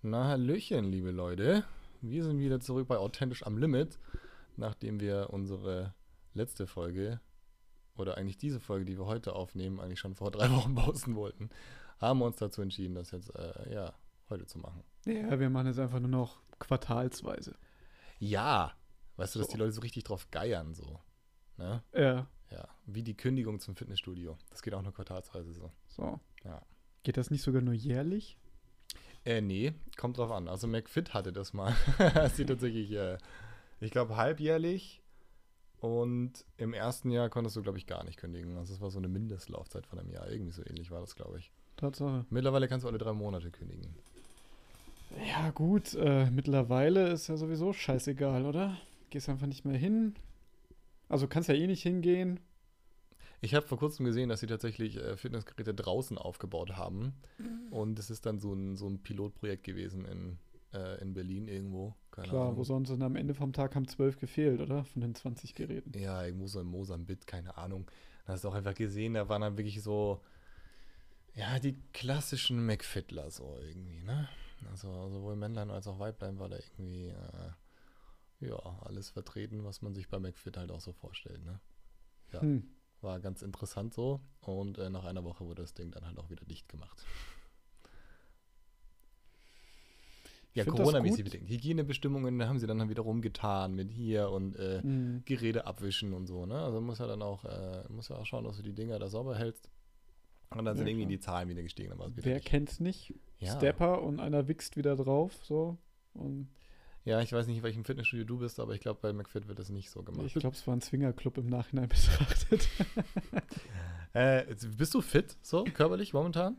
Na, hallöchen, liebe Leute. Wir sind wieder zurück bei Authentisch am Limit, nachdem wir unsere letzte Folge, oder eigentlich diese Folge, die wir heute aufnehmen, eigentlich schon vor 3 Wochen posten wollten, haben wir uns dazu entschieden, das jetzt, heute zu machen. Ja, wir machen es einfach nur noch quartalsweise. Ja, weißt du, dass So. die Leute so richtig drauf geiern, so, ne? Ja, Ja, wie die Kündigung zum Fitnessstudio. Das geht auch nur quartalsweise so. so. Ja. Geht das nicht sogar nur jährlich? Nee, kommt drauf an. Also McFit hatte das mal. Das sieht tatsächlich, ich glaube, halbjährlich. Und im ersten Jahr konntest du, glaube ich, gar nicht kündigen. Also es war so eine Mindestlaufzeit von einem Jahr. Irgendwie so ähnlich war das, glaube ich. Tatsache. Mittlerweile kannst du alle 3 Monate kündigen. Ja, gut, mittlerweile ist ja sowieso scheißegal, oder? Gehst einfach nicht mehr hin. Also kannst ja eh nicht hingehen. Ich habe vor kurzem gesehen, dass sie tatsächlich Fitnessgeräte draußen aufgebaut haben. Und es ist dann so ein Pilotprojekt gewesen in Berlin irgendwo. Keine Klar, Ahnung. wo sonst und am Ende vom Tag haben 12 gefehlt, oder? Von den 20 Geräten. Ja, irgendwo so in Mosambik, keine Ahnung. Da hast du auch einfach gesehen, da waren dann wirklich so, ja, die klassischen McFitler so irgendwie, ne? Also sowohl Männlein als auch Weiblein war da irgendwie, ja, alles vertreten, was man sich bei McFit halt auch so vorstellt, ne? Ja, Hm. war ganz interessant so. Und nach einer Woche wurde das Ding dann halt auch wieder dicht gemacht. Ich Ja, find das Corona-mäßig gut. bedingt. Hygienebestimmungen, da haben sie dann wieder rumgetan mit hier und Hm. Geräte abwischen und so, ne? Also muss ja dann auch, muss ja auch schauen, dass du die Dinger da sauber hältst. Und dann Ja, sind irgendwie klar. die Zahlen wieder gestiegen. Dann war es wieder Wer nicht. kennt's nicht? Ja. Stepper und einer wichst wieder drauf, so. Und Ja, ich weiß nicht, in welchem Fitnessstudio du bist, aber ich glaube, bei McFit wird das nicht so gemacht. ich glaube, es war ein Swingerclub im Nachhinein betrachtet. Bist du fit, so, körperlich, momentan?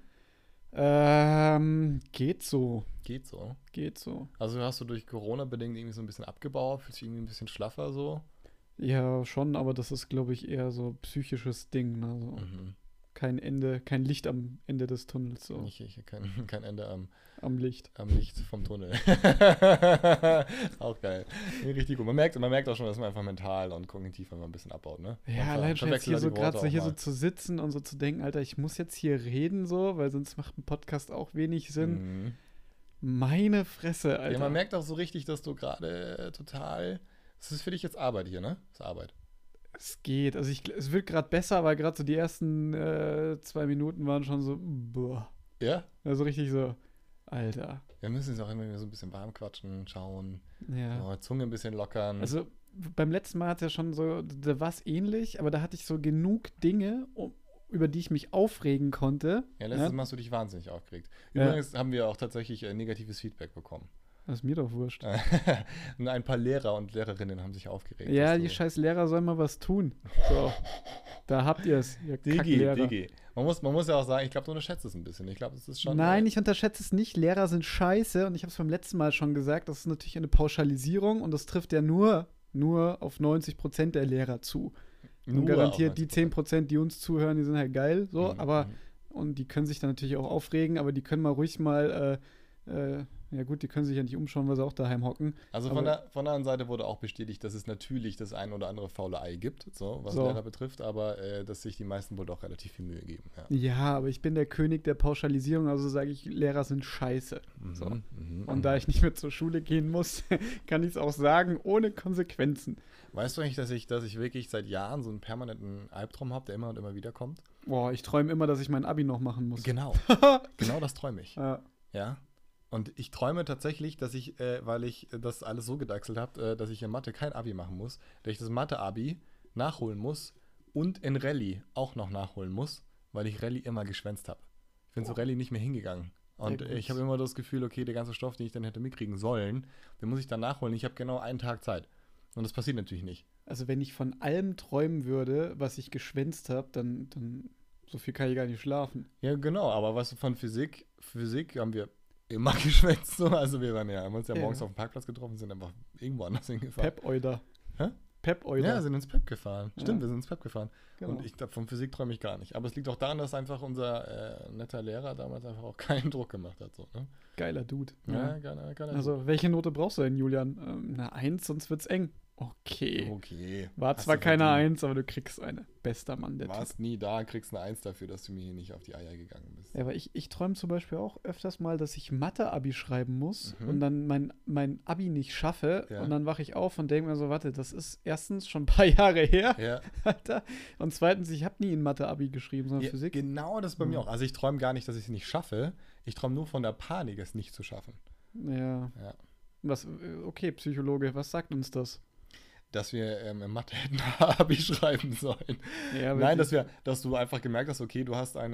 Geht so. Geht so. Geht so. Also hast du durch Corona bedingt irgendwie so ein bisschen abgebaut, fühlst dich irgendwie ein bisschen schlaffer so? Ja, schon, aber das ist, glaube ich, eher so psychisches Ding. Ne? So. Mhm. Kein Ende, kein Licht am Ende des Tunnels, so. Kein Ende Am Licht. am Licht vom Tunnel. Auch geil. Nee, richtig gut. Man merkt auch schon, dass man einfach mental und kognitiv einfach ein bisschen abbaut, ne? Ja, Man allein schon jetzt verwechselt hier da so die gerade Worte so auch hier so mal. zu sitzen und so zu denken, Alter, ich muss jetzt hier reden, so, weil sonst macht ein Podcast auch wenig Sinn. Mhm. Meine Fresse, Alter. Ja, man merkt auch so richtig, dass du gerade total. Das ist für dich jetzt Arbeit hier, ne? Das ist Arbeit. Es geht. Also es wird gerade besser, aber gerade so die ersten 2 Minuten waren schon so, boah. Ja? Also richtig so, Alter. Wir müssen jetzt auch immer wieder so ein bisschen warm quatschen, schauen, Ja. so, Zunge ein bisschen lockern. Also beim letzten Mal hat es ja schon so, da war es ähnlich, aber da hatte ich so genug Dinge, über die ich mich aufregen konnte. Ja, letztes Mal hast du dich wahnsinnig aufgeregt. Ja. Übrigens haben wir auch tatsächlich negatives Feedback bekommen. Das ist mir doch wurscht. Und ein paar Lehrer und Lehrerinnen haben sich aufgeregt. Ja, dass die du- scheiß Lehrer sollen mal was tun. So, da habt ihr es, ihr Kacklehrer. Digi. Man muss ja auch sagen, ich glaube, du unterschätzt es ein bisschen. Ich glaube, es ist schon. Nein, ich unterschätze es nicht. Lehrer sind scheiße und ich habe es beim letzten Mal schon gesagt, das ist natürlich eine Pauschalisierung und das trifft ja nur auf 90% der Lehrer zu. Und nur garantiert auf die 90%. 10%, die uns zuhören, die sind halt geil, so, Mhm, aber mhm. und die können sich dann natürlich auch aufregen, aber die können mal ruhig mal, ja gut, die können sich ja nicht umschauen, weil sie auch daheim hocken. Also aber- von der anderen Seite wurde auch bestätigt, dass es natürlich das ein oder andere faule Ei gibt, so, was So. Lehrer betrifft, aber dass sich die meisten wohl doch relativ viel Mühe geben. Ja. Ja, aber ich bin der König der Pauschalisierung, also sage ich, Lehrer sind scheiße. So. Und da ich nicht mehr zur Schule gehen muss, kann ich es auch sagen, ohne Konsequenzen. Weißt du eigentlich, dass ich wirklich seit Jahren so einen permanenten Albtraum habe, der immer und immer wieder kommt? Boah, ich träume immer, dass ich mein Abi noch machen muss. Genau. Genau das träume ich. Ja. Ja. Und ich träume tatsächlich, dass ich, weil ich das alles so gedeichselt habe, dass ich in Mathe kein Abi machen muss, dass ich das Mathe-Abi nachholen muss und in Rallye auch noch nachholen muss, weil ich Rallye immer geschwänzt habe. Ich bin zu Rallye nicht mehr hingegangen. Und Sehr gut. ich habe immer das Gefühl, okay, der ganze Stoff, den ich dann hätte mitkriegen sollen, den muss ich dann nachholen. Ich habe genau einen Tag Zeit. Und das passiert natürlich nicht. Also wenn ich von allem träumen würde, was ich geschwänzt habe, dann so viel kann ich gar nicht schlafen. Ja, genau, aber weißt du, von Physik haben wir immer geschwänzt. So. Also wir haben uns ja Ja. morgens auf dem Parkplatz getroffen, sind einfach irgendwo anders hingefahren. Pep-Euder. Hä? Pep-Euder. Ja, sind ins PEP gefahren. Ja. Stimmt, wir sind ins PEP gefahren. Genau. Und ich glaube, von Physik träume ich gar nicht. Aber es liegt auch daran, dass einfach unser netter Lehrer damals einfach auch keinen Druck gemacht hat. So, ne? Geiler Dude. Ja, keiner. Also, welche Note brauchst du denn, Julian? Eine 1, sonst wird's eng. Okay. Okay. War Hast zwar du keine verdient. 1, aber du kriegst eine. Bester Mann der Typ. Warst nie da, kriegst eine Eins dafür, dass du mir hier nicht auf die Eier gegangen bist. Ja, aber ich träume zum Beispiel auch öfters mal, dass ich Mathe-Abi schreiben muss Mhm. und dann mein Abi nicht schaffe. Ja. Und dann wache ich auf und denke mir so, warte, das ist erstens schon ein paar Jahre her, Ja. Alter. Und zweitens, ich habe nie ein Mathe-Abi geschrieben, sondern Ja, Physik. genau das bei mir Mhm. auch. Also ich träume gar nicht, dass ich es nicht schaffe. Ich träume nur von der Panik, es nicht zu schaffen. Ja. Ja. Okay, Psychologe, was sagt uns das? Dass wir in Mathe hätten Abi schreiben sollen. Ja, Nein, wirklich. dass du einfach gemerkt hast, okay, du hast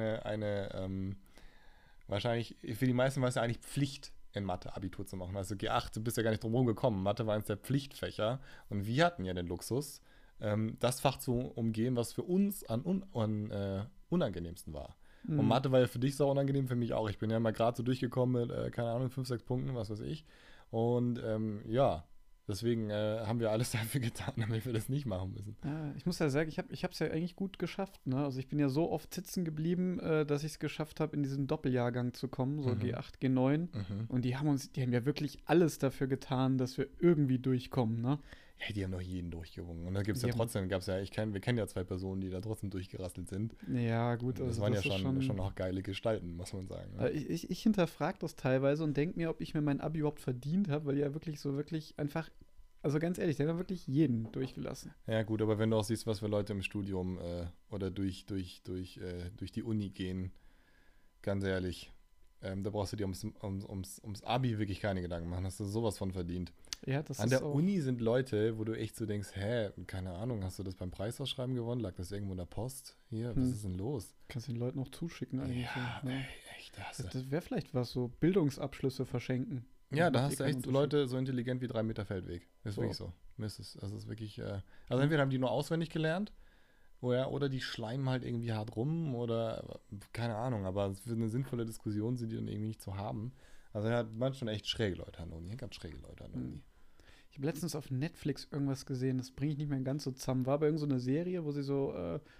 wahrscheinlich, für die meisten war es ja eigentlich Pflicht, in Mathe Abitur zu machen. Also G8, du bist ja gar nicht drum herum gekommen. Mathe war eines der Pflichtfächer. Und wir hatten ja den Luxus, das Fach zu umgehen, was für uns unangenehmsten war. Und Mhm. Mathe war ja für dich so unangenehm, für mich auch. Ich bin ja mal gerade so durchgekommen mit, keine Ahnung, 5, 6 Punkten, was weiß ich. Und ja, deswegen haben wir alles dafür getan, damit wir das nicht machen müssen. Ja, ich muss ja sagen, ich habe es ja eigentlich gut geschafft. Ne? Also ich bin ja so oft sitzen geblieben, dass ich es geschafft habe, in diesen Doppeljahrgang zu kommen, so Mhm. G8, G9. Mhm. Und die haben ja wirklich alles dafür getan, dass wir irgendwie durchkommen. Ne? Ja, die haben doch jeden durchgewungen. Und da gibt es Die ja haben- trotzdem, wir kennen ja 2 Personen, die da trotzdem durchgerasselt sind. Ja, gut, Das also waren ja das ist schon noch geile Gestalten, muss man sagen. Ne? Ich hinterfrage das teilweise und denke mir, ob ich mir mein Abi überhaupt verdient habe, weil die ja wirklich einfach, also ganz ehrlich, die haben ja wirklich jeden durchgelassen. Ja, gut, aber wenn du auch siehst, was für Leute im Studium oder durch die Uni gehen, ganz ehrlich, da brauchst du dir ums Abi wirklich keine Gedanken machen. Hast du sowas von verdient. Ja, das An ist der auch. Uni sind Leute, wo du echt so denkst, hä, keine Ahnung, hast du das beim Preisausschreiben gewonnen? Lag das irgendwo in der Post? Hier, was ist denn los? Kannst den Leuten auch zuschicken eigentlich. Ja, so, ne? ey, echt, da hast du. Das wäre vielleicht was, so Bildungsabschlüsse verschenken. Ja, Das da macht hast du keinen echt Unterschied. Leute so intelligent wie 3 Meter Feldweg. Ist So. wirklich so. Also es ist wirklich, also entweder haben die nur auswendig gelernt, oder die schleimen halt irgendwie hart rum oder keine Ahnung, aber für eine sinnvolle Diskussion sind die dann irgendwie nicht zu haben. Also er hat manchmal echt schräge Leute an der Uni. Er gab schräge Leute an der Uni. Ich habe letztens auf Netflix irgendwas gesehen, das bringe ich nicht mehr ganz so zusammen. War aber irgend so eine Serie, wo sie so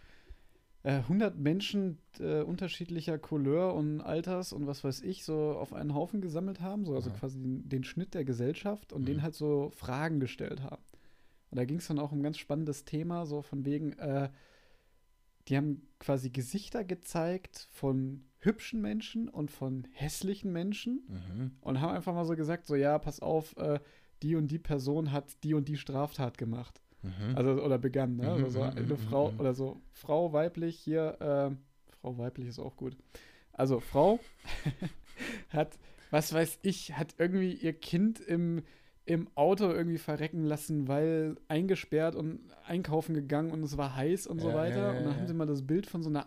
100 Menschen unterschiedlicher Couleur und Alters und was weiß ich so auf einen Haufen gesammelt haben, so also Aha. quasi den Schnitt der Gesellschaft und Mhm. denen halt so Fragen gestellt haben. Und da ging es dann auch um ein ganz spannendes Thema, so von wegen, die haben quasi Gesichter gezeigt von hübschen Menschen und von hässlichen Menschen Mhm. und haben einfach mal so gesagt, so ja, pass auf, die und die Person hat die und die Straftat gemacht. Mhm. Also, oder begann, ne? Mhm, Also so mhm, eine mhm, Frau, mhm. oder so, Frau weiblich hier, Frau weiblich ist auch gut. Also, Frau hat, was weiß ich, hat irgendwie ihr Kind im Auto irgendwie verrecken lassen, weil eingesperrt und einkaufen gegangen und es war heiß und so Ja, weiter. ja, ja, Und dann ja. haben sie mal das Bild von so einer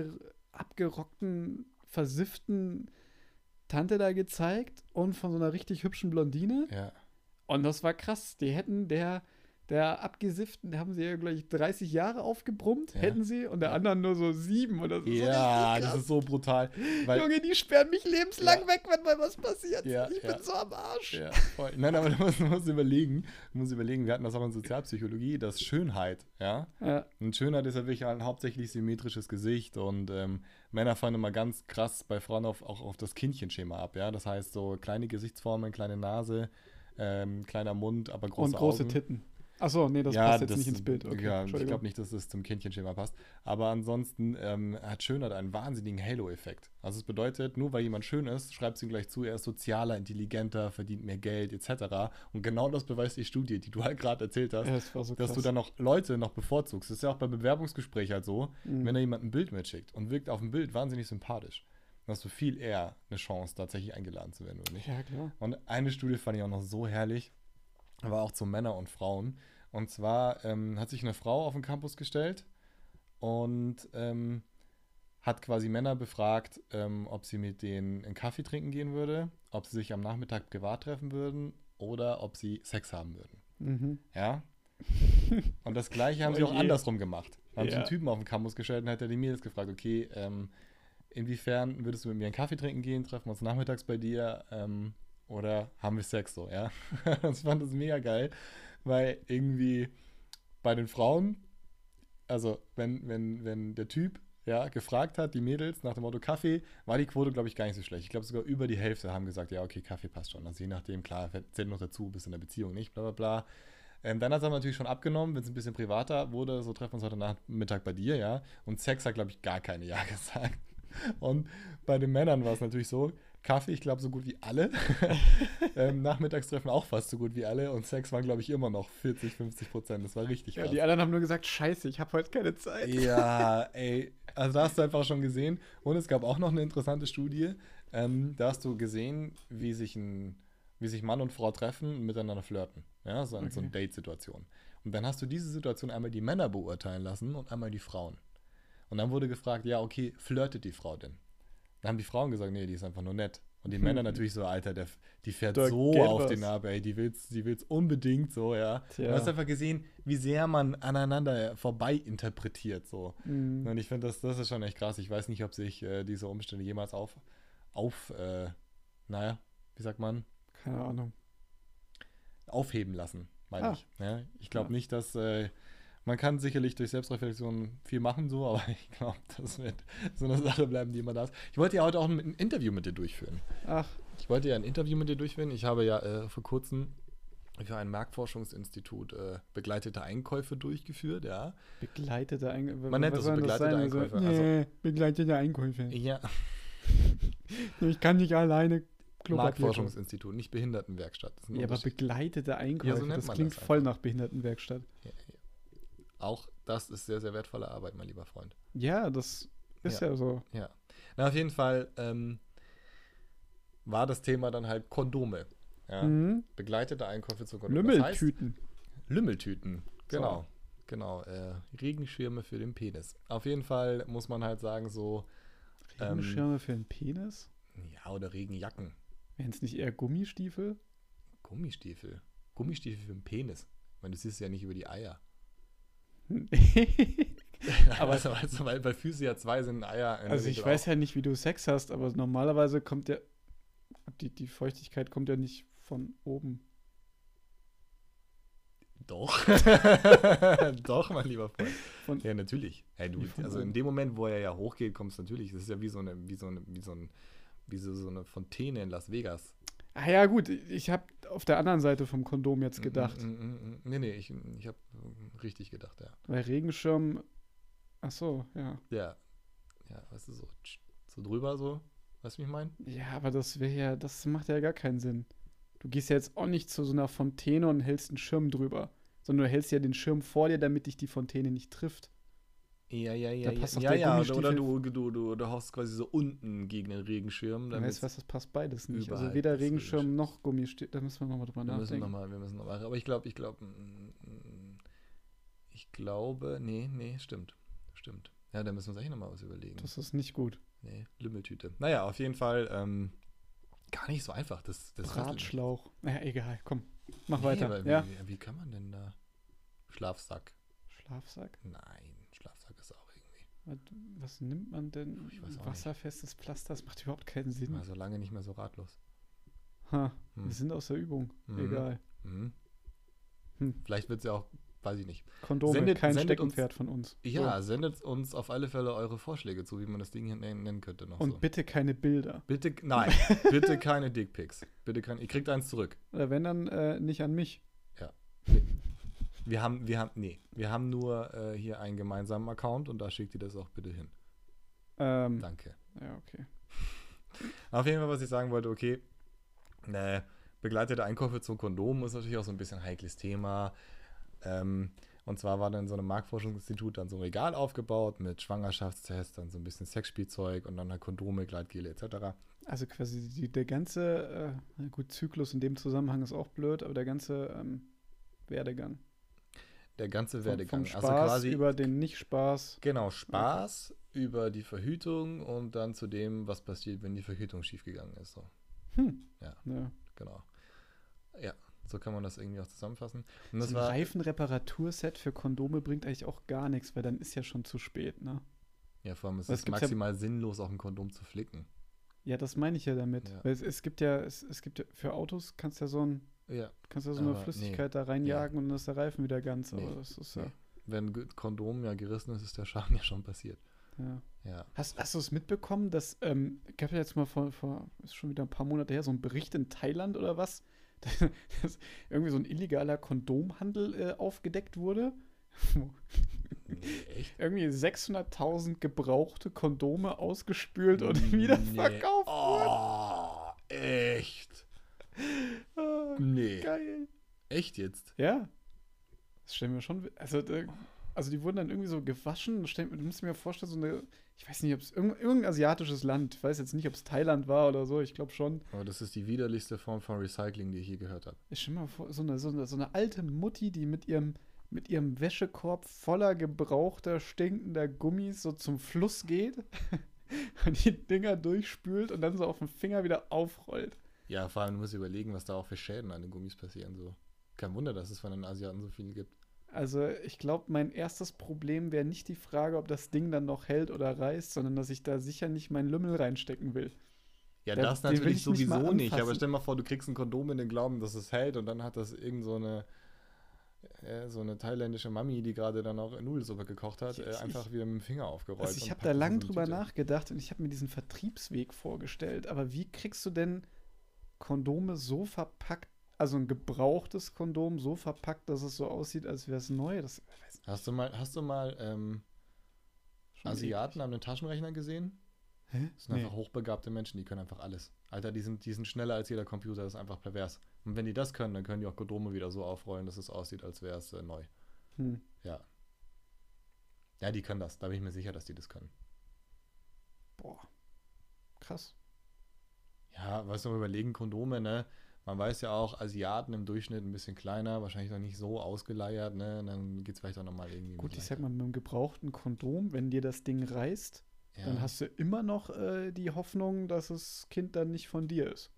abgerockten, versifften Tante da gezeigt und von so einer richtig hübschen Blondine. Ja. Und das war krass. Die hätten der Abgesifften, der haben sie ja gleich 30 Jahre aufgebrummt, Ja. hätten sie, und der anderen nur so 7 oder so. Ja, so das krass. ist so brutal. Weil, Junge, die sperren mich lebenslang Ja. weg, wenn mal was passiert. Ja, ich ja. bin so am Arsch. ja, voll. Nein, aber du musst überlegen, wir hatten das auch in Sozialpsychologie, das Schönheit, ja. Ja. Und Schönheit ist ja wirklich ein hauptsächlich symmetrisches Gesicht und Männer fahren immer ganz krass bei Frauen auch auf das Kindchenschema ab, ja. Das heißt so kleine Gesichtsformen, kleine Nase, kleiner Mund, aber große Und große Augen. Titten. Achso, nee, das passt jetzt nicht ins Bild. Okay, Ja, ich Entschuldigung. glaube nicht, dass das zum Kindchenschema passt. Aber ansonsten hat Schönheit einen wahnsinnigen Halo-Effekt. Also es bedeutet, nur weil jemand schön ist, schreibt es ihm gleich zu, er ist sozialer, intelligenter, verdient mehr Geld etc. Und genau das beweist die Studie, die du halt gerade erzählt hast, Ja, das war so dass krass. du dann noch Leute noch bevorzugst. Das ist ja auch bei Bewerbungsgesprächen halt so, Mhm. wenn da jemand ein Bild mitschickt und wirkt auf dem Bild wahnsinnig sympathisch, dann hast du viel eher eine Chance, tatsächlich eingeladen zu werden, oder nicht? Ja, klar. Und eine Studie fand ich auch noch so herrlich, war auch zu Männer und Frauen. Und zwar hat sich eine Frau auf den Campus gestellt und hat quasi Männer befragt, ob sie mit denen einen Kaffee trinken gehen würde, ob sie sich am Nachmittag privat treffen würden oder ob sie Sex haben würden. Mhm. Ja? Und das Gleiche haben Oh sie auch je. andersrum gemacht. Dann haben sie Ja. einen Typen auf den Campus gestellt und hat er die Mädels gefragt, okay, inwiefern würdest du mit mir einen Kaffee trinken gehen, treffen wir uns nachmittags bei dir oder haben wir Sex so, ja? Ich fand das mega geil, weil irgendwie bei den Frauen, also wenn der Typ ja, gefragt hat, die Mädels nach dem Motto Kaffee, war die Quote, glaube ich, gar nicht so schlecht. Ich glaube, sogar über die Hälfte haben gesagt, ja, okay, Kaffee passt schon. Also je nachdem, klar, zählt noch dazu, bist in der Beziehung nicht, bla bla bla. Dann hat es aber natürlich schon abgenommen, wenn es ein bisschen privater wurde. So treffen wir uns heute Nachmittag bei dir, ja. Und Sex hat, glaube ich, gar keine Ja gesagt. Und bei den Männern war es natürlich so, Kaffee, ich glaube, so gut wie alle. Nachmittagstreffen auch fast so gut wie alle. Und Sex waren, glaube ich, immer noch 40-50%. Das war richtig Ja, krass. die anderen haben nur gesagt, scheiße, ich habe heute keine Zeit. Ja, ey. Also da hast du einfach schon gesehen. Und es gab auch noch eine interessante Studie. Da hast du gesehen, wie sich Mann und Frau treffen und miteinander flirten. Ja, so eine Okay. Date-Situation. Und dann hast du diese Situation einmal die Männer beurteilen lassen und einmal die Frauen. Und dann wurde gefragt, ja, okay, flirtet die Frau denn? Dann haben die Frauen gesagt, nee, die ist einfach nur nett. Und die Männer natürlich so, Alter, die fährt Da so geht auf was. den ab, ey, die will's unbedingt so, ja. Tja. Du hast einfach gesehen, wie sehr man aneinander vorbei interpretiert, so. Mhm. Und ich finde, das ist schon echt krass. Ich weiß nicht, ob sich diese Umstände jemals naja, wie sagt man, Keine Ahnung. aufheben lassen, meine Ah. ich. Ja, ich glaube Ja. nicht, dass man kann sicherlich durch Selbstreflexion viel machen, so, aber ich glaube, das wird so eine Sache bleiben, die immer da ist. Ich wollte ja heute auch ein Interview mit dir durchführen. Ach, Ich wollte ja ein Interview mit dir durchführen. Ich habe ja vor kurzem für ein Marktforschungsinstitut begleitete Einkäufe durchgeführt, ja. begleitete Einkäufe. Man nennt das so begleitete Einkäufe. Nee, begleitete Einkäufe. Ja, Ich kann nicht alleine Klopapier kaufen. Marktforschungsinstitut, nicht Behindertenwerkstatt. Das ist ein Ja, aber Unterschied. begleitete Einkäufe, Ja, so nennt das man klingt das voll einfach. nach Behindertenwerkstatt. Ja, ja. Auch das ist sehr, sehr wertvolle Arbeit, mein lieber Freund. Ja, das ist ja so. Ja. Na, auf jeden Fall war das Thema dann halt Kondome. Ja? Mhm. Begleitete Einkäufe zu Kondomen. Das heißt, Lümmeltüten. Lümmeltüten. Genau. So. Genau. Regenschirme für den Penis. Auf jeden Fall muss man halt sagen, so. Regenschirme für einen Penis? Ja, oder Regenjacken. Wären es nicht eher Gummistiefel? Gummistiefel. Gummistiefel für den Penis. Ich meine, du siehst es ja nicht über die Eier. Aber- also, weil Füße ja zwei sind, Eier. in der Also ich Regel weiß auch. ja nicht, wie du Sex hast, aber normalerweise kommt ja die Feuchtigkeit kommt ja nicht von oben. Doch. Doch, mein lieber Freund. Von, Ja, natürlich. Hey, Wie von also in oben? dem Moment, wo er ja hochgeht, kommt es natürlich. Das ist ja wie so eine Fontäne in Las Vegas. Ah ja, gut, ich habe auf der anderen Seite vom Kondom jetzt gedacht. Nee, ich habe richtig gedacht, ja. Weil Regenschirm. Ach so, ja. Ja, weißt du, so drüber so, weißt du, wie ich meine? Ja, aber das macht ja gar keinen Sinn. Du gehst ja jetzt auch nicht zu so einer Fontäne und hältst einen Schirm drüber, sondern du hältst ja den Schirm vor dir, damit dich die Fontäne nicht trifft. Ja, Da passt doch ja, der oder Gummistiefel. du haust quasi so unten gegen den Regenschirm. Weißt du was, das passt beides nicht. Also überhalb weder des Regenschirm noch Gummistiefel. Da müssen wir nochmal drüber wir müssen nachdenken. nochmal, aber ich glaube, nee, stimmt. Ja, da müssen wir uns echt nochmal was überlegen. Das ist nicht gut. Nee, Lümmeltüte. Naja, auf jeden Fall gar nicht so einfach. Das Drahtschlauch. Ja, egal, komm. Mach Nee, weiter. aber Ja. wie kann man denn da? Schlafsack. Schlafsack. Nein, Schlafsack ist auch irgendwie. Was nimmt man denn? Ich weiß auch nicht. Wasserfestes Pflaster? Das macht überhaupt keinen Sinn. War so lange nicht mehr so ratlos. Ha, Hm. wir sind aus der Übung. Mhm. Egal. Mhm. Hm. Vielleicht wird es ja auch, weiß ich nicht. Kondome, Sendet- kein sendet Steckenpferd von uns. Ja, sendet uns auf alle Fälle eure Vorschläge zu, wie man das Ding hier nennen könnte noch Und so. bitte keine Bilder. Bitte, nein, bitte keine Dickpics. Ihr kriegt eins zurück. Oder wenn dann nicht an mich. Wir haben nur hier einen gemeinsamen Account und da schickt ihr das auch bitte hin. Danke. Ja, okay. Auf jeden Fall, was ich sagen wollte, okay, begleitete Einkäufe zum Kondom ist natürlich auch so ein bisschen ein heikles Thema. Und zwar war dann in so einem Marktforschungsinstitut dann so ein Regal aufgebaut mit Schwangerschaftstests, dann so ein bisschen Sexspielzeug und dann halt Kondome, Gleitgele etc. Also quasi der ganze, na gut, Zyklus in dem Zusammenhang ist auch blöd, aber der ganze Werdegang. Der ganze Vom Werdegang. Spaß Also quasi über den Nicht-Spaß. genau, Spaß über die Verhütung und dann zu dem, was passiert, wenn die Verhütung schiefgegangen ist. So. Ja. Genau. Ja, so kann man das irgendwie auch zusammenfassen. Und das So ein war, Reifenreparaturset für Kondome bringt eigentlich auch gar nichts, weil dann ist ja schon zu spät, ne? ja, vor allem ist Was es gibt's ja- maximal sinnlos, auch ein Kondom zu flicken. Ja, das meine ich ja damit. Ja. Weil es gibt ja, es gibt ja, für Autos kannst ja so Ja, eine Aber Flüssigkeit da reinjagen und dann ist der Reifen wieder ganz. Aber Nee. das ist ja, Nee. wenn Kondom ja gerissen ist, ist der Schaden ja schon passiert. ja. Ja. Hast du es mitbekommen, dass, gab ja jetzt mal ist schon wieder ein paar Monate her, so ein Bericht in Thailand oder was, dass irgendwie so ein illegaler Kondomhandel aufgedeckt wurde. Nee, echt? Irgendwie 600.000 gebrauchte Kondome ausgespült und wieder Nee. verkauft wurden. Oh, echt? Ah, Nee. geil. Echt jetzt? Ja, das stellen wir schon. Also die wurden dann irgendwie so gewaschen. Du musst dir mir vorstellen, so eine, ich weiß nicht, ob es irgendein asiatisches Land, ich weiß jetzt nicht, ob es Thailand war oder so, ich glaube schon. Aber das ist die widerlichste Form von Recycling, die ich je gehört habe. Ich stell mir mal vor, so eine alte Mutti, die mit ihrem Wäschekorb voller gebrauchter, stinkender Gummis so zum Fluss geht und die Dinger durchspült und dann so auf dem Finger wieder aufrollt. Ja, vor allem, du musst dir überlegen, was da auch für Schäden an den Gummis passieren. So. Kein Wunder, dass es von den Asiaten so viele gibt. Also ich glaube, mein erstes Problem wäre nicht die Frage, ob das Ding dann noch hält oder reißt, sondern dass ich da sicher nicht meinen Lümmel reinstecken will. Ja, Den das will natürlich ich nicht mal sowieso nicht. Aber anfassen. stell dir mal vor, du kriegst ein Kondom in den Glauben, dass es hält und dann hat das irgend so eine thailändische Mami, die gerade dann auch Nudelsuppe gekocht hat, einfach wieder mit dem Finger aufgerollt. Also ich und habe packt da das in lang so eine drüber Tüte. nachgedacht und ich habe mir diesen Vertriebsweg vorgestellt. Aber wie kriegst du denn Kondome so verpackt, also ein gebrauchtes Kondom so verpackt, dass es so aussieht, als wäre es neu? Das weiß Hast du mal schon Asiaten eklig. an einem Taschenrechner gesehen? Hä? Das sind Nee. einfach hochbegabte Menschen, die können einfach alles. Alter, die sind schneller als jeder Computer, das ist einfach pervers. Und wenn die das können, dann können die auch Kondome wieder so aufrollen, dass es aussieht, als wäre es neu. Hm. Ja. Ja, die können das. Da bin ich mir sicher, dass die das können. Boah. Krass. Ja, weißt du, mal überlegen, Kondome, ne? Man weiß ja auch, Asiaten im Durchschnitt ein bisschen kleiner, wahrscheinlich noch nicht so ausgeleiert, ne? Und dann geht es vielleicht auch nochmal irgendwie. Gut, mit ich sag leichter. mal, mit einem gebrauchten Kondom, wenn dir das Ding reißt, Ja. dann hast du immer noch die Hoffnung, dass das Kind dann nicht von dir ist.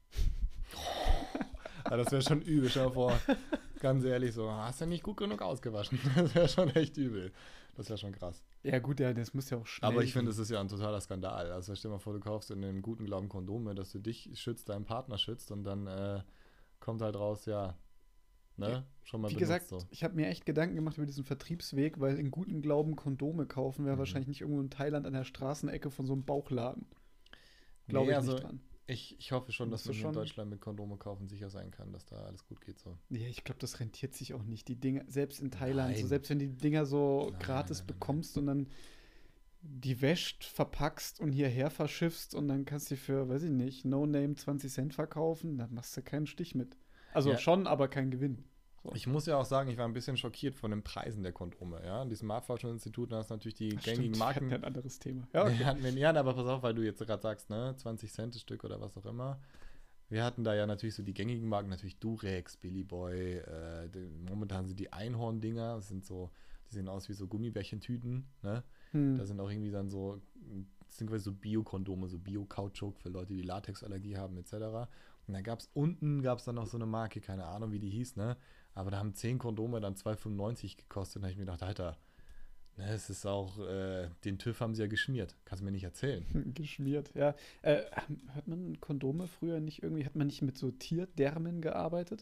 Ja, das wäre schon übel, schau vor. Ganz ehrlich, so, hast du nicht gut genug ausgewaschen. Das wäre schon echt übel. Das wäre schon krass. Ja, gut, ja, das muss ja auch schnell Aber ich finde, gehen. das ist ja ein totaler Skandal. Also stell dir mal vor, du kaufst in einem guten Glauben Kondome, dass du dich schützt, deinen Partner schützt und dann kommt halt raus, ja, ne? Schon mal Wie benutzt gesagt, so. ich habe mir echt Gedanken gemacht über diesen Vertriebsweg, weil in guten Glauben Kondome kaufen wäre Mhm. wahrscheinlich nicht irgendwo in Thailand an der Straßenecke von so einem Bauchladen. Glaube Nee, ich also nicht dran. ich hoffe schon, dass Musst du man hier in schon- Deutschland mit Kondome kaufen sicher sein kann, dass da alles gut geht so. Ja, ich glaube, das rentiert sich auch nicht. Die Dinger, selbst in Thailand, so Nein. selbst wenn die Dinger so Nein, gratis nein, nein, nein. bekommst und dann die wäscht, verpackst und hierher verschiffst und dann kannst du die für, weiß ich nicht, No Name 20 Cent verkaufen, dann machst du keinen Stich mit. Also Ja. schon, aber kein Gewinn. So. Ich muss ja auch sagen, ich war ein bisschen schockiert von den Preisen der Kondome. Ja, in diesem Marktforschungsinstitut, da hast du natürlich die Ach, gängigen stimmt, wir Marken. hatten ja ein anderes Thema. Ja, okay. Wir hatten, ja, aber pass auf, weil du jetzt gerade sagst, ne, 20 Cent das Stück oder was auch immer. Wir hatten da ja natürlich so die gängigen Marken, natürlich Durex, Billy Boy, momentan sind die Einhorn-Dinger, das sind so, die sehen aus wie so Gummibärchentüten, ne? Da sind auch irgendwie dann so, das sind quasi so Bio-Kondome, so Bio-Kautschuk für Leute, die Latexallergie haben, etc. Und dann gab's dann noch so eine Marke, keine Ahnung, wie die hieß, ne? Aber da haben 10 Kondome dann 2,95 gekostet. Und da habe ich mir gedacht, Alter, ne, es ist auch, den TÜV haben sie ja geschmiert. Kannst du mir nicht erzählen. Geschmiert, ja. Hat man Kondome früher nicht irgendwie, hat man nicht mit so Tierdermen gearbeitet?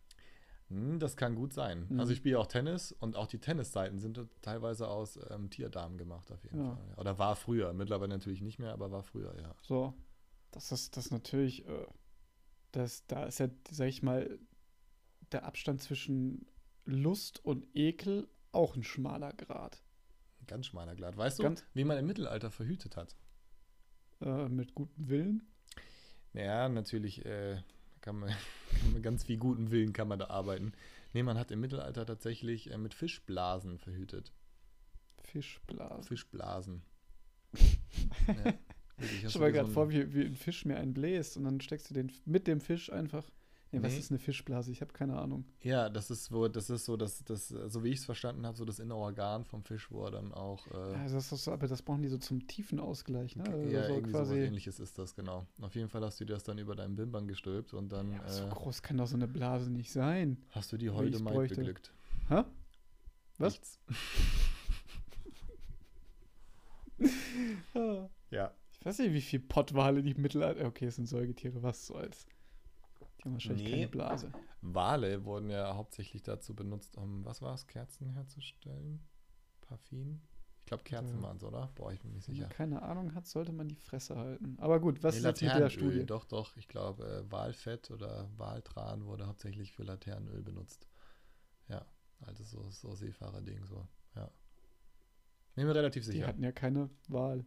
Das kann gut sein. Mhm. Also ich spiele auch Tennis und auch die Tennisseiten sind teilweise aus Tierdarm gemacht auf jeden Ja. Fall. Oder war früher. Mittlerweile natürlich nicht mehr, aber war früher, ja. So. Das ist das natürlich, da ist ja, sag ich mal, der Abstand zwischen Lust und Ekel auch ein schmaler Grad. Ein ganz schmaler Glat. Weißt du, Ganz- wie man im Mittelalter verhütet hat? Mit gutem Willen. Naja, natürlich kann man mit ganz viel gutem Willen kann man da arbeiten. Nee, man hat im Mittelalter tatsächlich mit Fischblasen verhütet. Fischblasen. Fischblasen. Ja, wirklich, Ich hast stell du mir dir gerade so vor, ein- wie ein Fisch mir einen bläst und dann steckst du den mit dem Fisch einfach. Nee, was Nee. ist eine Fischblase? Ich habe keine Ahnung. Ja, das ist so, so wie ich es verstanden habe, so das innere Organ vom Fisch, wo er dann auch Also das ist so, aber das brauchen die so zum Tiefenausgleich, ne? Also ja, so irgendwie sowas quasi. ähnliches ist das, genau. Auf jeden Fall hast du dir das dann über deinen Bimbern gestülpt und dann Ja, so groß kann doch so eine Blase nicht sein. hast du die wie holde ich's Maid bräuchte. beglückt. Hä? Was? Nichts. Ah. Ja. Ich weiß nicht, wie viel Pottwale die im Mittelalter. Okay, es sind Säugetiere, was soll's. Die haben wahrscheinlich Nee. keine Blase. Wale wurden ja hauptsächlich dazu benutzt, um, was war es, Kerzen herzustellen? Paraffin? Ich glaube, Kerzen Ja. waren es, oder? Boah, ich bin mir nicht Wenn sicher. man keine Ahnung hat, sollte man die Fresse halten. Aber gut, was Nee, ist jetzt mit der Laternenöl, Studie? doch. Ich glaube, Walfett oder Waltran wurde hauptsächlich für Laternenöl benutzt. Ja, altes so Seefahrer-Ding, so. Ja. Bin mir relativ Die sicher. hatten ja keine Wahl.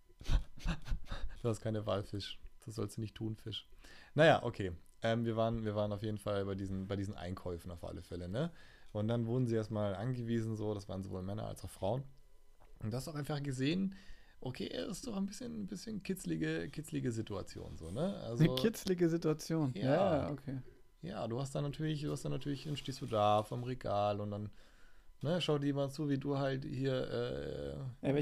Du hast keine Walfisch. Das sollst du nicht tun, Fisch. Naja, okay. Wir waren auf jeden Fall bei diesen Einkäufen auf alle Fälle, ne? Und dann wurden sie erstmal angewiesen, so, das waren sowohl Männer als auch Frauen. Und du hast auch einfach gesehen, okay, es ist doch ein bisschen kitzlige Situation, so, ne? Eine Also, kitzlige Situation. ja. Ja, okay. ja, dann stehst du da vom Regal und dann, ne, schau dir mal zu, wie du halt hier, Aber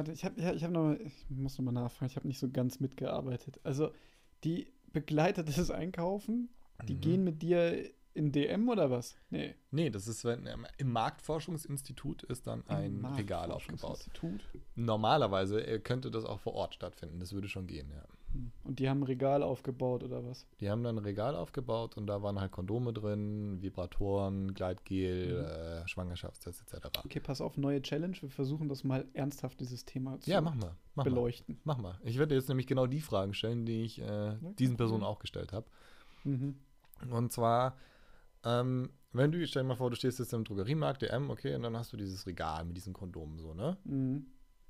ich muss noch mal nachfragen, ich habe nicht so ganz mitgearbeitet. Also, die Begleiter des Einkaufen, die Mhm. gehen mit dir in DM oder was? Nee. Nee, das ist, im Marktforschungsinstitut ist dann ein Regal aufgebaut. Marktforschungsinstitut. Normalerweise könnte das auch vor Ort stattfinden, das würde schon gehen, ja. Und die haben ein Regal aufgebaut oder was? Die haben dann ein Regal aufgebaut und da waren halt Kondome drin, Vibratoren, Gleitgel, Schwangerschaftstests etc. Okay, pass auf, neue Challenge. Wir versuchen das mal ernsthaft, dieses Thema zu Ja, mach mal. beleuchten. Mach mal. Ich werde jetzt nämlich genau die Fragen stellen, die ich diesen Personen Problem. auch gestellt habe. Mhm. Und zwar, stell dir mal vor, du stehst jetzt im Drogeriemarkt, DM, okay, und dann hast du dieses Regal mit diesen Kondomen so, ne? Mhm.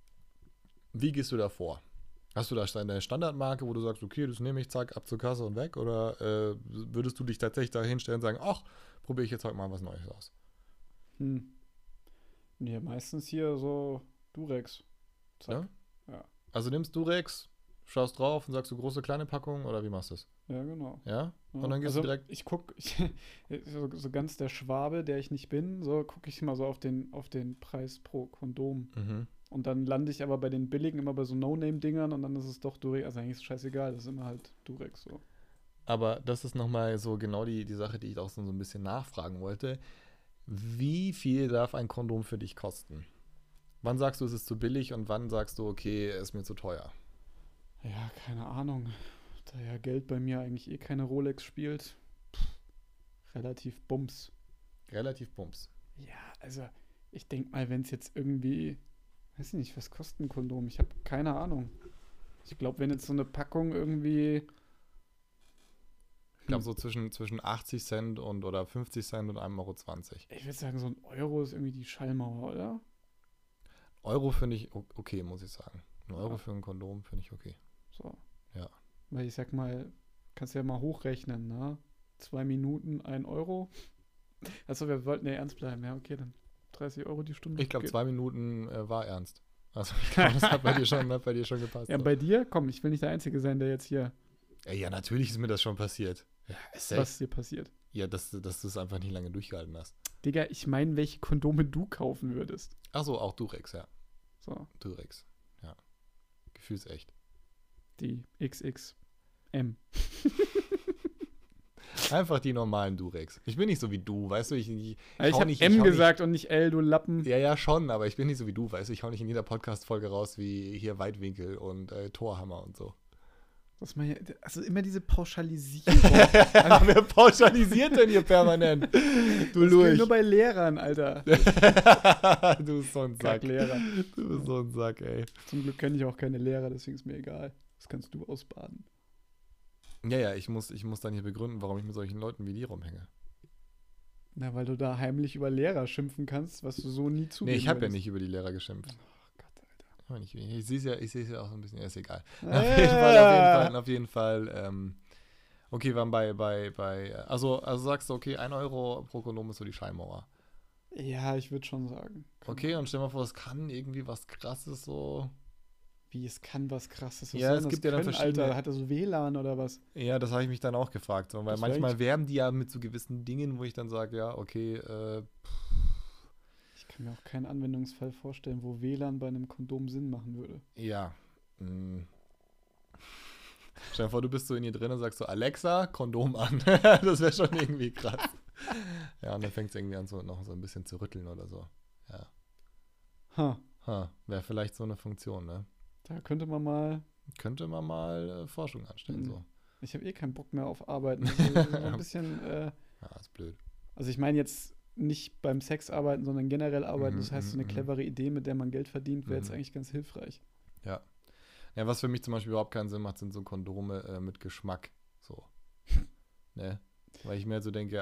Wie gehst du da vor? Hast du da deine Standardmarke, wo du sagst, okay, das nehme ich, zack, ab zur Kasse und weg? Oder würdest du dich tatsächlich da hinstellen und sagen, ach, probiere ich jetzt heute mal was Neues aus? Hm. Ja, meistens hier so Durex. Zack. Ja. Also nimmst Durex, schaust drauf und sagst du große, kleine Packung oder wie machst du es? Ja, genau. Ja? Ja. Und dann gehst also, du direkt. ich gucke, so ganz der Schwabe, der ich nicht bin, so gucke ich mal so auf den Preis pro Kondom. Mhm. Und dann lande ich aber bei den billigen immer bei so No-Name-Dingern und dann ist es doch Durex. Also eigentlich ist es scheißegal, das ist immer halt Durex so. Aber das ist nochmal so genau die Sache, die ich auch so ein bisschen nachfragen wollte. Wie viel darf ein Kondom für dich kosten? Wann sagst du, es ist zu billig und wann sagst du, okay, es ist mir zu teuer? Ja, keine Ahnung. Da ja Geld bei mir eigentlich eh keine Rolex spielt. Relativ Bums. Relativ bums. Ja, also ich denke mal, wenn es jetzt irgendwie, weiß ich nicht, was kostet ein Kondom? Ich habe keine Ahnung. Ich glaube, wenn jetzt so eine Packung irgendwie, Ich glaube so zwischen 80 Cent oder 50 Cent und 1,20 Euro. ich würde sagen, so ein Euro ist irgendwie die Schallmauer, oder? Euro finde ich okay, muss ich sagen. Ein Euro Ja. für ein Kondom finde ich okay. So. Ja. Weil ich sag mal, kannst ja mal hochrechnen, ne? 2 Minuten, 1 Euro. Achso, wir wollten ja ernst bleiben. Ja, okay, dann 30 Euro die Stunde. Ich glaube, Geht. 2 Minuten war ernst. Also ich glaube, das hat bei dir schon gepasst. Ja, so. bei dir? Komm, ich will nicht der Einzige sein, der jetzt hier, Ja, natürlich ist mir das schon passiert. Ja, was dir passiert. Ja, dass du es einfach nicht lange durchgehalten hast. Digga, ich meine, welche Kondome du kaufen würdest. Achso, auch Durex, ja. So, Durex. Ja. Gefühlsecht. die XXM. Einfach die normalen Durex. Ich bin nicht so wie du, weißt du, ich Ich hau habe nicht- M hau gesagt und nicht L, du Lappen. Nicht, ja, schon, aber ich bin nicht so wie du, weißt du, ich hau nicht in jeder Podcast-Folge raus wie hier Weitwinkel und Torhammer und so. Was man hier, also immer diese Pauschalisierung. Wer pauschalisiert denn hier permanent? Du Das gilt Lurch. nur bei Lehrern, Alter. Du bist so ein Sack. Kacklehrer. Du bist so ein Sack, ey. Zum Glück kenne ich auch keine Lehrer, deswegen ist mir egal. Das kannst du ausbaden. Ja, ich muss dann hier begründen, warum ich mit solchen Leuten wie dir rumhänge. Na, weil du da heimlich über Lehrer schimpfen kannst, was du so nie Nee, zugeben ich habe ja würdest. nicht über die Lehrer geschimpft. Oh Gott, Alter. Aber nicht, ich sehe es ja auch so ein bisschen, ist egal. Ah. Auf jeden Fall. Okay, wir waren also sagst du, okay, 1 Euro pro Kondom ist so die Schallmauer. Ja, ich würde schon sagen. Okay, und stell dir mal vor, es kann irgendwie was Krasses so. Wie, es kann was Krasses. Was Ja, soll es das gibt ja dann können, verschiedene- Alter, hat er so WLAN oder was? Ja, das habe ich mich dann auch gefragt. So, weil Das wär manchmal echt- werben die ja mit so gewissen Dingen, wo ich dann sage, ja, okay, Ich kann mir auch keinen Anwendungsfall vorstellen, wo WLAN bei einem Kondom Sinn machen würde. ja. Stell dir vor, du bist so in ihr drin und sagst so, Alexa, Kondom an. Das wäre schon irgendwie krass. Ja, und dann fängt es irgendwie an, noch so ein bisschen zu rütteln oder so. Ja. Ha, Wäre vielleicht so eine Funktion, ne? da könnte man mal. Könnte man mal Forschung anstellen, so. Ich habe eh keinen Bock mehr auf Arbeiten. Also so ein bisschen. Ja, ist blöd. Also ich meine jetzt nicht beim Sex arbeiten, sondern generell arbeiten. Das heißt, so eine mhm. clevere Idee, mit der man Geld verdient, wäre jetzt Mhm. eigentlich ganz hilfreich. Ja. Ja, was für mich zum Beispiel überhaupt keinen Sinn macht, sind so Kondome mit Geschmack. So. Ne? Weil ich mir halt so denke,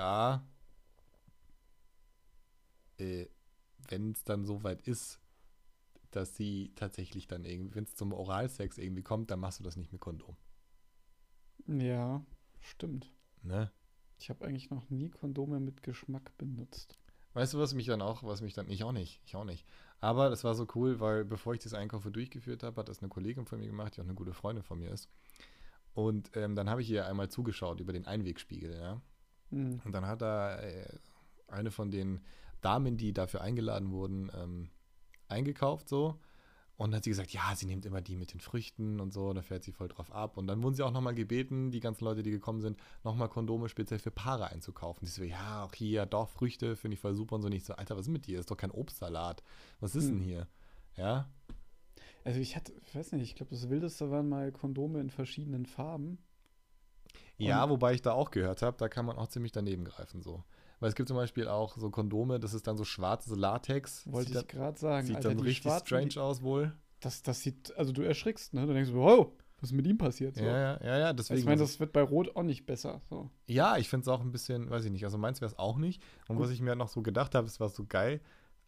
wenn es dann so weit ist, dass sie tatsächlich dann irgendwie, wenn es zum Oralsex irgendwie kommt, dann machst du das nicht mit Kondom. Ja, stimmt. Ne? Ich habe eigentlich noch nie Kondome mit Geschmack benutzt. Weißt du, ich auch nicht. Aber das war so cool, weil bevor ich das Einkaufe durchgeführt habe, hat das eine Kollegin von mir gemacht, die auch eine gute Freundin von mir ist. Und dann habe ich ihr einmal zugeschaut über den Einwegspiegel, ja. Hm. Und dann hat da eine von den Damen, die dafür eingeladen wurden, eingekauft so. Und dann hat sie gesagt, ja, sie nimmt immer die mit den Früchten und so, da fährt sie voll drauf ab. Und dann wurden sie auch nochmal gebeten, die ganzen Leute, die gekommen sind, nochmal Kondome speziell für Paare einzukaufen. Die so, ja, auch hier, doch, Früchte, finde ich voll super und so. Nicht so, Alter, was ist mit dir? Ist doch kein Obstsalat. Was ist denn Hm. hier? Ja? Also ich weiß nicht, ich glaube, das Wildeste waren mal Kondome in verschiedenen Farben. Und Ja, wobei ich da auch gehört habe, da kann man auch ziemlich daneben greifen so. Weil es gibt zum Beispiel auch so Kondome, das ist dann so schwarzes Latex. wollte ich gerade sagen, Sieht Alter, dann die richtig schwarzen, strange aus wohl. das sieht, also du erschrickst, ne? Du denkst so, wow, was ist mit ihm passiert? So. Ja, Also ich deswegen. meine, das wird bei Rot auch nicht besser. So. Ja, ich finde es auch ein bisschen, weiß ich nicht, also meins wäre es auch nicht. Und Gut. was ich mir noch so gedacht habe, es war so geil.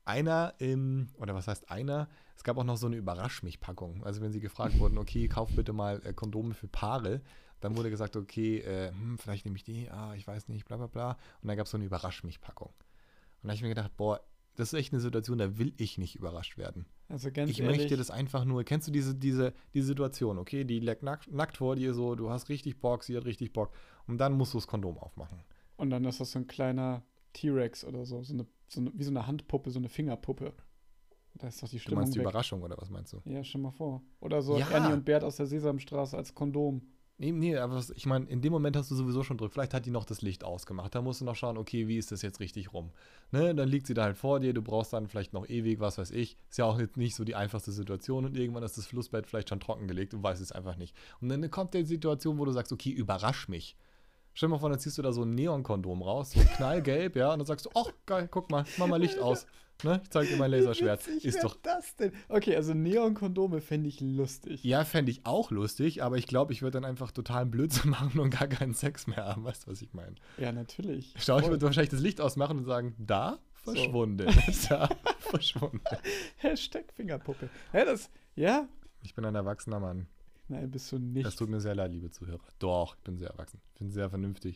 Oder was heißt einer? Es gab auch noch so eine Überrasch-mich-Packung. Also wenn sie gefragt wurden, okay, kauf bitte mal Kondome für Paare, dann wurde gesagt, okay, vielleicht nehme ich die, ich weiß nicht, bla bla bla. Und dann gab es so eine Überrasch-mich-Packung. Und da habe ich mir gedacht, boah, das ist echt eine Situation, da will ich nicht überrascht werden. Also ganz Ich ehrlich, möchte das einfach nur, kennst du diese Situation, okay? Die leckt nackt vor dir so, du hast richtig Bock, sie hat richtig Bock. Und dann musst du das Kondom aufmachen. und dann ist das so ein kleiner T-Rex oder so, wie so eine Handpuppe, so eine Fingerpuppe. Da ist doch die Du Stimmung meinst die weg. Überraschung oder was meinst du? Ja, stell mal vor. Oder so Ja. Ernie und Bert aus der Sesamstraße als Kondom. Nee, aber ich meine, in dem Moment hast du sowieso schon drückt. Vielleicht hat die noch das Licht ausgemacht. Da musst du noch schauen, okay, wie ist das jetzt richtig rum? Ne, dann liegt sie da halt vor dir, du brauchst dann vielleicht noch ewig, was weiß ich. Ist ja auch jetzt nicht so die einfachste Situation und irgendwann ist das Flussbett vielleicht schon trockengelegt und weißt es einfach nicht. Und dann kommt die Situation, wo du sagst, okay, überrasch mich. Stell dir mal vor, dann ziehst du da so ein Neonkondom raus, so knallgelb, ja, und dann sagst du, ach, geil, guck mal, mach mal Licht aus. Ne? Ich zeig dir mein Laserschwert. Wie witzig Ist wär doch. das denn? Okay, also Neon-Kondome fände ich lustig. Ja, fände ich auch lustig, aber ich glaube, ich würde dann einfach totalen Blödsinn machen und gar keinen Sex mehr haben. Weißt du, was ich meine? Ja, natürlich. Schau, ich Voll. würde wahrscheinlich das Licht ausmachen und sagen, da verschwunden. Da verschwunden. Hashtag Fingerpuppe. Ja, ja? Ich bin ein erwachsener Mann. Nein, bist du Das nicht. tut mir sehr leid, liebe Zuhörer. Doch, ich bin sehr erwachsen. Ich bin sehr vernünftig.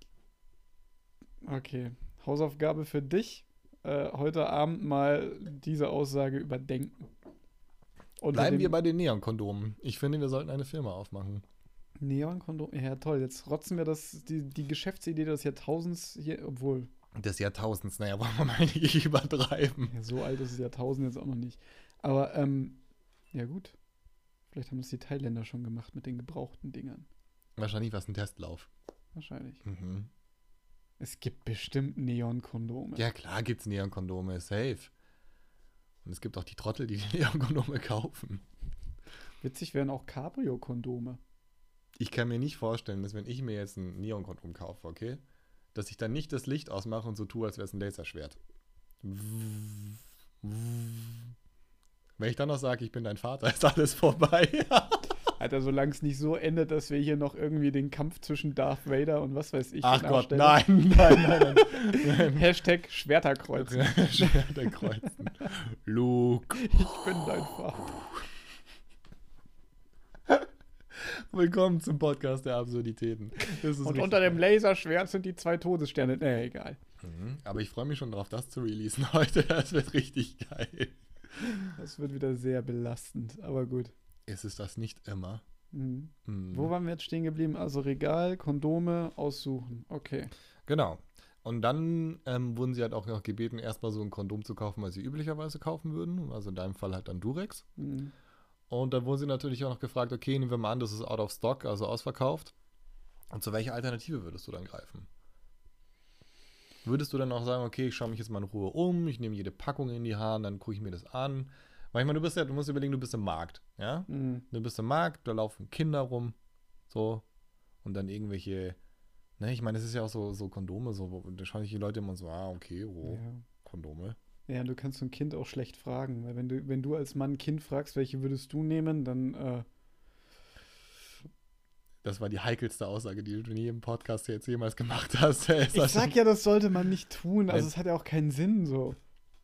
Okay, Hausaufgabe für dich. Heute Abend mal diese Aussage überdenken. Unter Bleiben dem wir bei den Neonkondomen. Ich finde, wir sollten eine Firma aufmachen. Neon-Kondom. Ja, toll. Jetzt rotzen wir die Geschäftsidee des Jahrtausends hier, obwohl, Des Jahrtausends. Naja, wollen wir mal nicht übertreiben. ja, so alt ist das Jahrtausend jetzt auch noch nicht. Aber, ja gut. Vielleicht haben das die Thailänder schon gemacht mit den gebrauchten Dingern. Wahrscheinlich war es ein Testlauf. Wahrscheinlich. Mhm. Es gibt bestimmt Neon-Kondome. Ja, klar gibt's Neonkondome. Safe. Und es gibt auch die Trottel, die die Neonkondome kaufen. Witzig wären auch Cabrio-Kondome. Ich kann mir nicht vorstellen, dass wenn ich mir jetzt ein Neonkondom kaufe, okay, dass ich dann nicht das Licht ausmache und so tue, als wäre es ein Laserschwert. Wenn ich dann noch sage, ich bin dein Vater, ist alles vorbei. Alter, solange es nicht so endet, dass wir hier noch irgendwie den Kampf zwischen Darth Vader und was weiß ich Ach Gott, nachstellen. nein. Hashtag Schwerterkreuz. Schwerter kreuzen. Luke. Ich bin dein Vater. Willkommen zum Podcast der Absurditäten. Das ist Und richtig unter dem geil. Laserschwert sind die 2 Todessterne. Nee, egal. Aber ich freue mich schon darauf, das zu releasen heute. Das wird richtig geil. Das wird wieder sehr belastend, aber gut. Ist es das nicht immer? Mhm. Mhm. Wo waren wir jetzt stehen geblieben? Also Regal, Kondome, aussuchen. Okay. Genau. Und dann wurden sie halt auch noch gebeten, erstmal so ein Kondom zu kaufen, was sie üblicherweise kaufen würden. Also in deinem Fall halt dann Durex. Mhm. Und dann wurden sie natürlich auch noch gefragt, okay, nehmen wir mal an, das ist out of stock, also ausverkauft. Und zu welcher Alternative würdest du dann greifen? Würdest du dann auch sagen, okay, ich schaue mich jetzt mal in Ruhe um, ich nehme jede Packung in die Hand, dann gucke ich mir das an. Weil ich meine, du musst überlegen, du bist im Markt, ja? Mhm. Du bist im Markt, da laufen Kinder rum, so, und dann irgendwelche Ne, ich meine, es ist ja auch so Kondome, da schauen sich die Leute immer so, okay, Ja. Kondome. Ja, du kannst so ein Kind auch schlecht fragen, weil wenn du als Mann ein Kind fragst, welche würdest du nehmen, dann Das war die heikelste Aussage, die du in jedem Podcast jetzt jemals gemacht hast. ich sag ja, das sollte man nicht tun. Also Nein. es hat ja auch keinen Sinn so.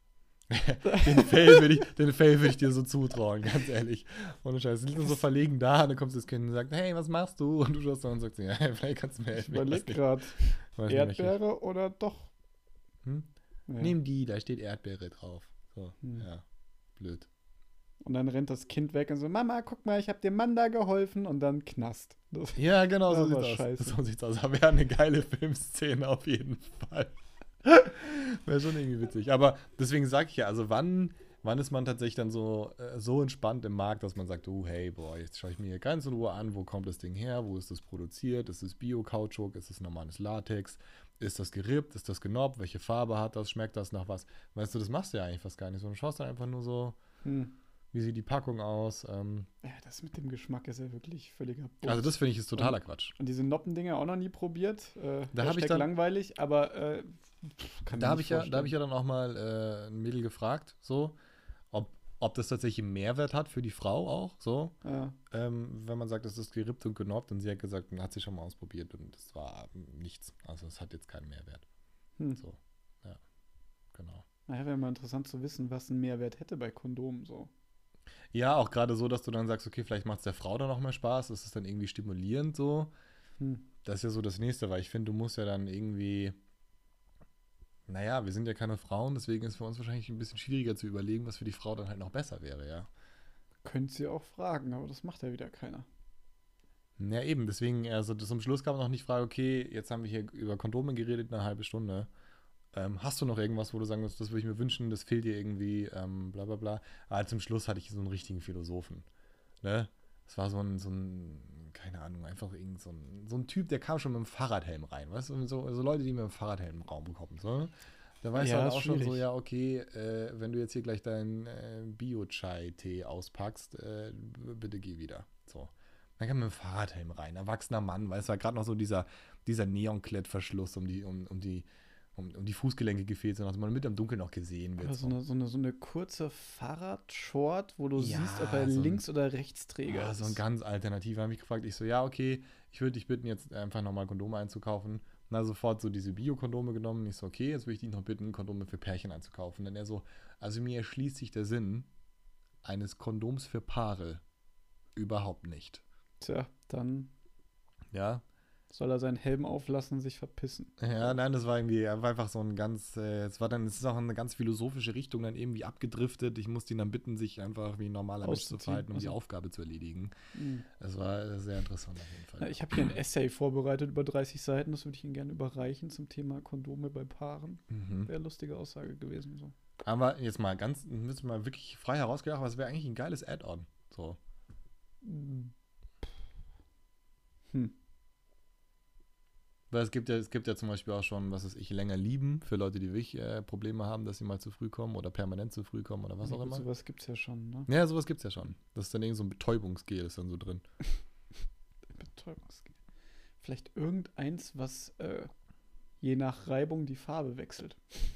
Den Fail würde ich dir so zutrauen, ganz ehrlich. Ohne Scheiß. Sie sind so verlegen da und dann kommt das Kind und sagt, hey, was machst du? Und du schaust da und sagst, ja, vielleicht kannst du mir Ich helfen. überleg gerade, Erdbeere oder doch? Hm? Ja. Nimm die, da steht Erdbeere drauf. So, Hm. ja, blöd. Und dann rennt das Kind weg und so, Mama, guck mal, ich hab dem Mann da geholfen und dann Knast. Das, Ja, genau, so Das war sieht's aus. scheiße. So sieht's aus. Aber wäre eine geile Filmszene auf jeden Fall. Wäre schon irgendwie witzig. Aber deswegen sage ich ja, also wann ist man tatsächlich dann so entspannt im Markt, dass man sagt, oh hey, boah, jetzt schaue ich mir hier ganz in Ruhe an, wo kommt das Ding her, wo ist das produziert, ist es Bio-Kautschuk, ist es normales Latex, ist das gerippt, ist das genoppt, welche Farbe hat das, schmeckt das nach was? Weißt du, das machst du ja eigentlich fast gar nicht so. Du schaust dann einfach nur so, wie sieht die Packung aus. Ja, das mit dem Geschmack ist ja wirklich völliger Bullshit. Also das finde ich ist totaler Quatsch. Und diese Noppendinger auch noch nie probiert. Da hab ich Hashtag dann- langweilig, aber kann Da mir habe nicht ich ja vorstellen. dann auch mal ein Mädel gefragt, so, ob das tatsächlich einen Mehrwert hat für die Frau auch, so. Ja. Wenn man sagt, es ist gerippt und genoppt und sie hat gesagt, hat sie schon mal ausprobiert und das war nichts. Also es hat jetzt keinen Mehrwert. So, ja, genau. Naja, wäre mal interessant zu wissen, was einen Mehrwert hätte bei Kondomen so. Ja, auch gerade so, dass du dann sagst, okay, vielleicht macht es der Frau dann auch mehr Spaß, ist es dann irgendwie stimulierend so. Das ist ja so das Nächste, weil ich finde, du musst ja dann irgendwie, naja, wir sind ja keine Frauen, deswegen ist es für uns wahrscheinlich ein bisschen schwieriger zu überlegen, was für die Frau dann halt noch besser wäre, ja. Könnt sie auch fragen, aber das macht ja wieder keiner. Ja, eben, deswegen, also zum Schluss kam noch nicht die Frage, okay, jetzt haben wir hier über Kondome geredet, eine halbe Stunde. Hast du noch irgendwas, wo du sagen würdest, das würde ich mir wünschen, das fehlt dir irgendwie, bla bla bla. Aber zum Schluss hatte ich so einen richtigen Philosophen. Ne? Es war so ein, keine Ahnung, einfach irgend so ein Typ, der kam schon mit dem Fahrradhelm rein, weißt du? So Leute, die mit dem Fahrradhelm im Raum bekommen. So. Da weißt Ja, du halt ist auch schon so, schwierig. ja, okay, wenn du jetzt hier gleich deinen Bio-Chai-Tee auspackst, bitte geh wieder. So. Dann kam mit dem Fahrradhelm rein, erwachsener Mann, weißt du, war gerade noch so dieser Neonklettverschluss um die Fußgelenke gefehlt sind, also man mit im Dunkeln noch gesehen wird. Aber so eine kurze Fahrradshort, wo du Ja, siehst, ob er so ein- Links- oder Rechtsträger ist. So ein ganz alternativer. Habe ich gefragt, ich so, ja, okay, ich würde dich bitten, jetzt einfach nochmal Kondome einzukaufen. Na, sofort so diese Bio-Kondome genommen. Ich so, okay, jetzt würde ich dich noch bitten, Kondome für Pärchen einzukaufen. Dann er so, also mir erschließt sich der Sinn eines Kondoms für Paare überhaupt nicht. Tja, dann Ja, soll er seinen Helm auflassen und sich verpissen. ja, nein, das war irgendwie, war einfach so ein ganz, es ist auch eine ganz philosophische Richtung dann irgendwie abgedriftet. Ich musste ihn dann bitten, sich einfach wie ein normaler Mensch zu Auszuziehen, verhalten, um die also. Aufgabe zu erledigen. Mhm. Es war sehr interessant auf jeden Fall. Na, ich habe hier ein Essay vorbereitet über 30 Seiten, das würde ich Ihnen gerne überreichen zum Thema Kondome bei Paaren. Mhm. Wäre eine lustige Aussage gewesen. So. Aber jetzt mal müssen wir mal wirklich frei herausgedacht, aber es wäre eigentlich ein geiles Add-on. So. Weil es gibt ja zum Beispiel auch schon, was weiß ich, länger lieben für Leute, die wirklich Probleme haben, dass sie mal zu früh kommen oder permanent zu früh kommen oder was Ja, auch gut, immer. sowas gibt es ja schon, ne? Ja, sowas gibt's ja schon. Das ist dann irgend so ein Betäubungsgel, ist dann so drin. Betäubungsgel. Vielleicht irgendeins, was je nach Reibung die Farbe wechselt.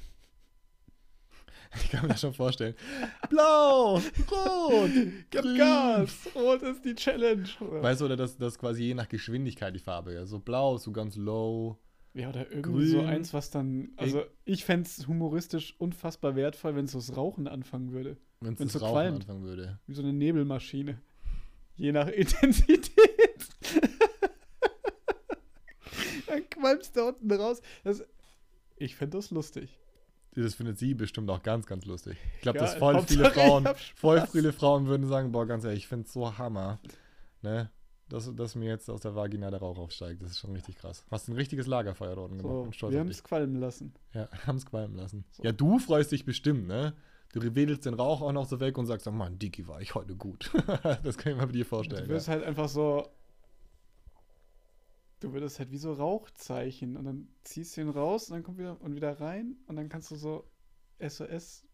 Ich kann mir das schon vorstellen. Blau, rot, Gib grün. Gas! Rot ist die Challenge! Weißt du, oder dass quasi je nach Geschwindigkeit die Farbe, ja, so blau ist so ganz low. Ja, oder irgendwie so Grün. eins, was dann. Also, ich fände es humoristisch unfassbar wertvoll, wenn es so das Rauchen anfangen würde. Wenn es Wenn's das so Rauchen qualmt. anfangen würde. Wie so eine Nebelmaschine. Je nach Intensität. Dann qualmst du unten raus. Ich fände das lustig. Das findet sie bestimmt auch ganz, ganz lustig. Ich glaube, Ja, dass voll Hauptsache, ich hab Spaß. Frauen würden sagen, boah, ganz ehrlich, ich finde es so Hammer, ne, dass mir jetzt aus der Vagina der Rauch aufsteigt. Das ist schon richtig krass. Hast ein richtiges Lagerfeuer dort gemacht. So, Und stolz wir auf haben dich. es qualmen lassen. Ja, haben es qualmen lassen. So. Ja, du freust dich bestimmt, ne? Du wedelst den Rauch auch noch so weg und sagst, oh Mann, Dicky, war ich heute gut. Das kann ich mir bei dir vorstellen. Du wirst halt einfach so. Du würdest halt wie so Rauchzeichen und dann ziehst du ihn raus und dann kommt wieder rein und dann kannst du so SOS.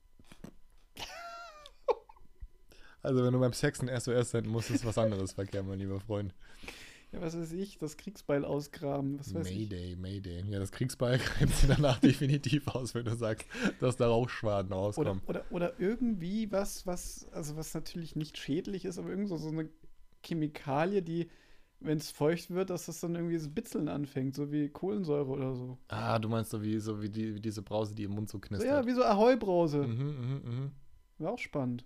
Also, wenn du beim Sex ein SOS senden musst, ist was anderes Verkehr, mein lieber Freund. Ja, was weiß ich, das Kriegsbeil ausgraben, was weiß ich. Mayday, Mayday. Ja, das Kriegsbeil greift sie danach definitiv aus, wenn du sagst, dass da Rauchschwaden rauskommen. Oder irgendwie was natürlich nicht schädlich ist, aber irgend so eine Chemikalie, die, wenn es feucht wird, dass das dann irgendwie das Bitzeln anfängt, so wie Kohlensäure oder so. Ah, du meinst wie diese Brause, die im Mund so So, knistert. ja, wie so Ahoi-Brause. Mhm. War auch spannend.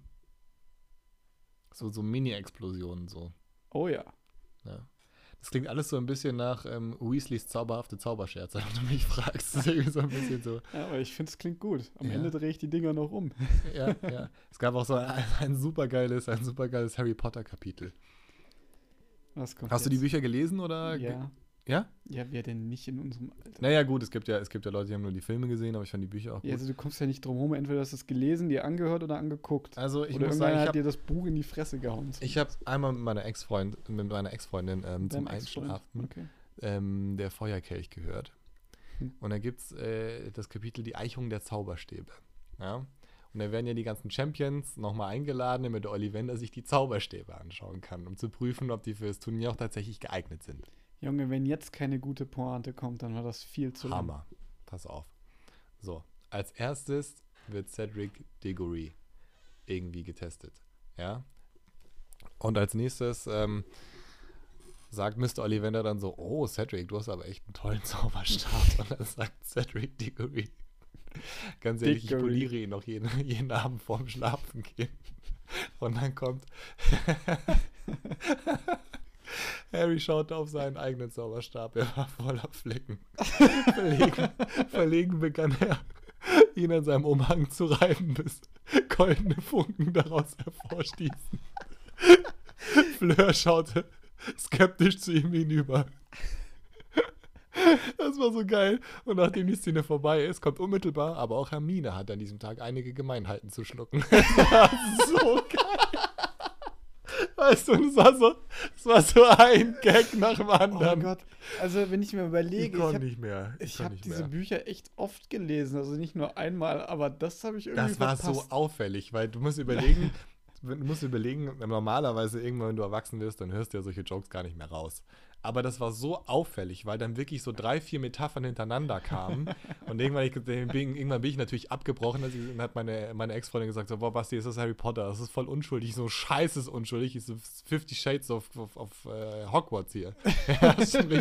So Mini-Explosionen so. Oh ja. Ja. Das klingt alles so ein bisschen nach Weasleys zauberhafte Zauberscherze, wenn du mich fragst. Das ist irgendwie so ein bisschen so. Ja, aber ich finde, es klingt gut. Am Ja. Ende drehe ich die Dinger noch um. Ja. Es gab auch so ein supergeiles Harry Potter Kapitel. Was kommt Hast du die jetzt? Bücher gelesen oder? Ja. Ja? Ja, wer denn nicht in unserem Alter? Naja, gut, es gibt ja Leute, die haben nur die Filme gesehen, aber ich fand die Bücher auch gut. Ja, also du kommst ja nicht drum herum, entweder hast du es gelesen, dir angehört oder angeguckt. Also ich oder muss irgendwann sagen, hat dir das Buch in die Fresse gehauen. ich habe einmal mit meiner Ex-Freundin zum Dein Einschlafen Ex-Freund. Okay. der Feuerkelch gehört. Und da gibt es das Kapitel Die Eichung der Zauberstäbe. Ja? Und da werden ja die ganzen Champions nochmal eingeladen, damit der Ollivander sich die Zauberstäbe anschauen kann, um zu prüfen, ob die für das Turnier auch tatsächlich geeignet sind. Junge, wenn jetzt keine gute Pointe kommt, dann war das viel zu lang. Hammer. Pass auf. So, als erstes wird Cedric Diggory irgendwie getestet. Ja? Und als nächstes sagt Mr. Ollivander dann so, oh, Cedric, du hast aber echt einen tollen Zauberstab. Und dann sagt Cedric Diggory, ganz ehrlich, ich Diggory. poliere ihn noch jeden Abend vorm Schlafen gehen. Und dann kommt Harry schaute auf seinen eigenen Zauberstab, er war voller Flecken. Verlegen begann er, ihn an seinem Umhang zu reiben, bis goldene Funken daraus hervorstießen. Fleur schaute skeptisch zu ihm hinüber. Das war so geil. Und nachdem die Szene vorbei ist, kommt unmittelbar, aber auch Hermine hat an diesem Tag einige Gemeinheiten zu schlucken. Das war so geil. Weißt du, es war so ein Gag nach dem Oh anderen. Gott. Also, wenn ich mir überlege, Ich ich habe diese Bücher echt oft gelesen. Also nicht nur einmal, aber das habe ich irgendwie Das war verpasst. so auffällig, weil du musst überlegen, normalerweise irgendwann, wenn du erwachsen wirst, dann hörst du ja solche Jokes gar nicht mehr raus. Aber das war so auffällig, weil dann wirklich so 3, 4 Metaphern hintereinander kamen. Und irgendwann bin ich natürlich abgebrochen. Dann hat meine Ex-Freundin gesagt, so, boah, Basti, ist das Harry Potter? Das ist voll unschuldig. So scheiße ist unschuldig. Ist so 50 Shades of Hogwarts hier. Ja, das ist schon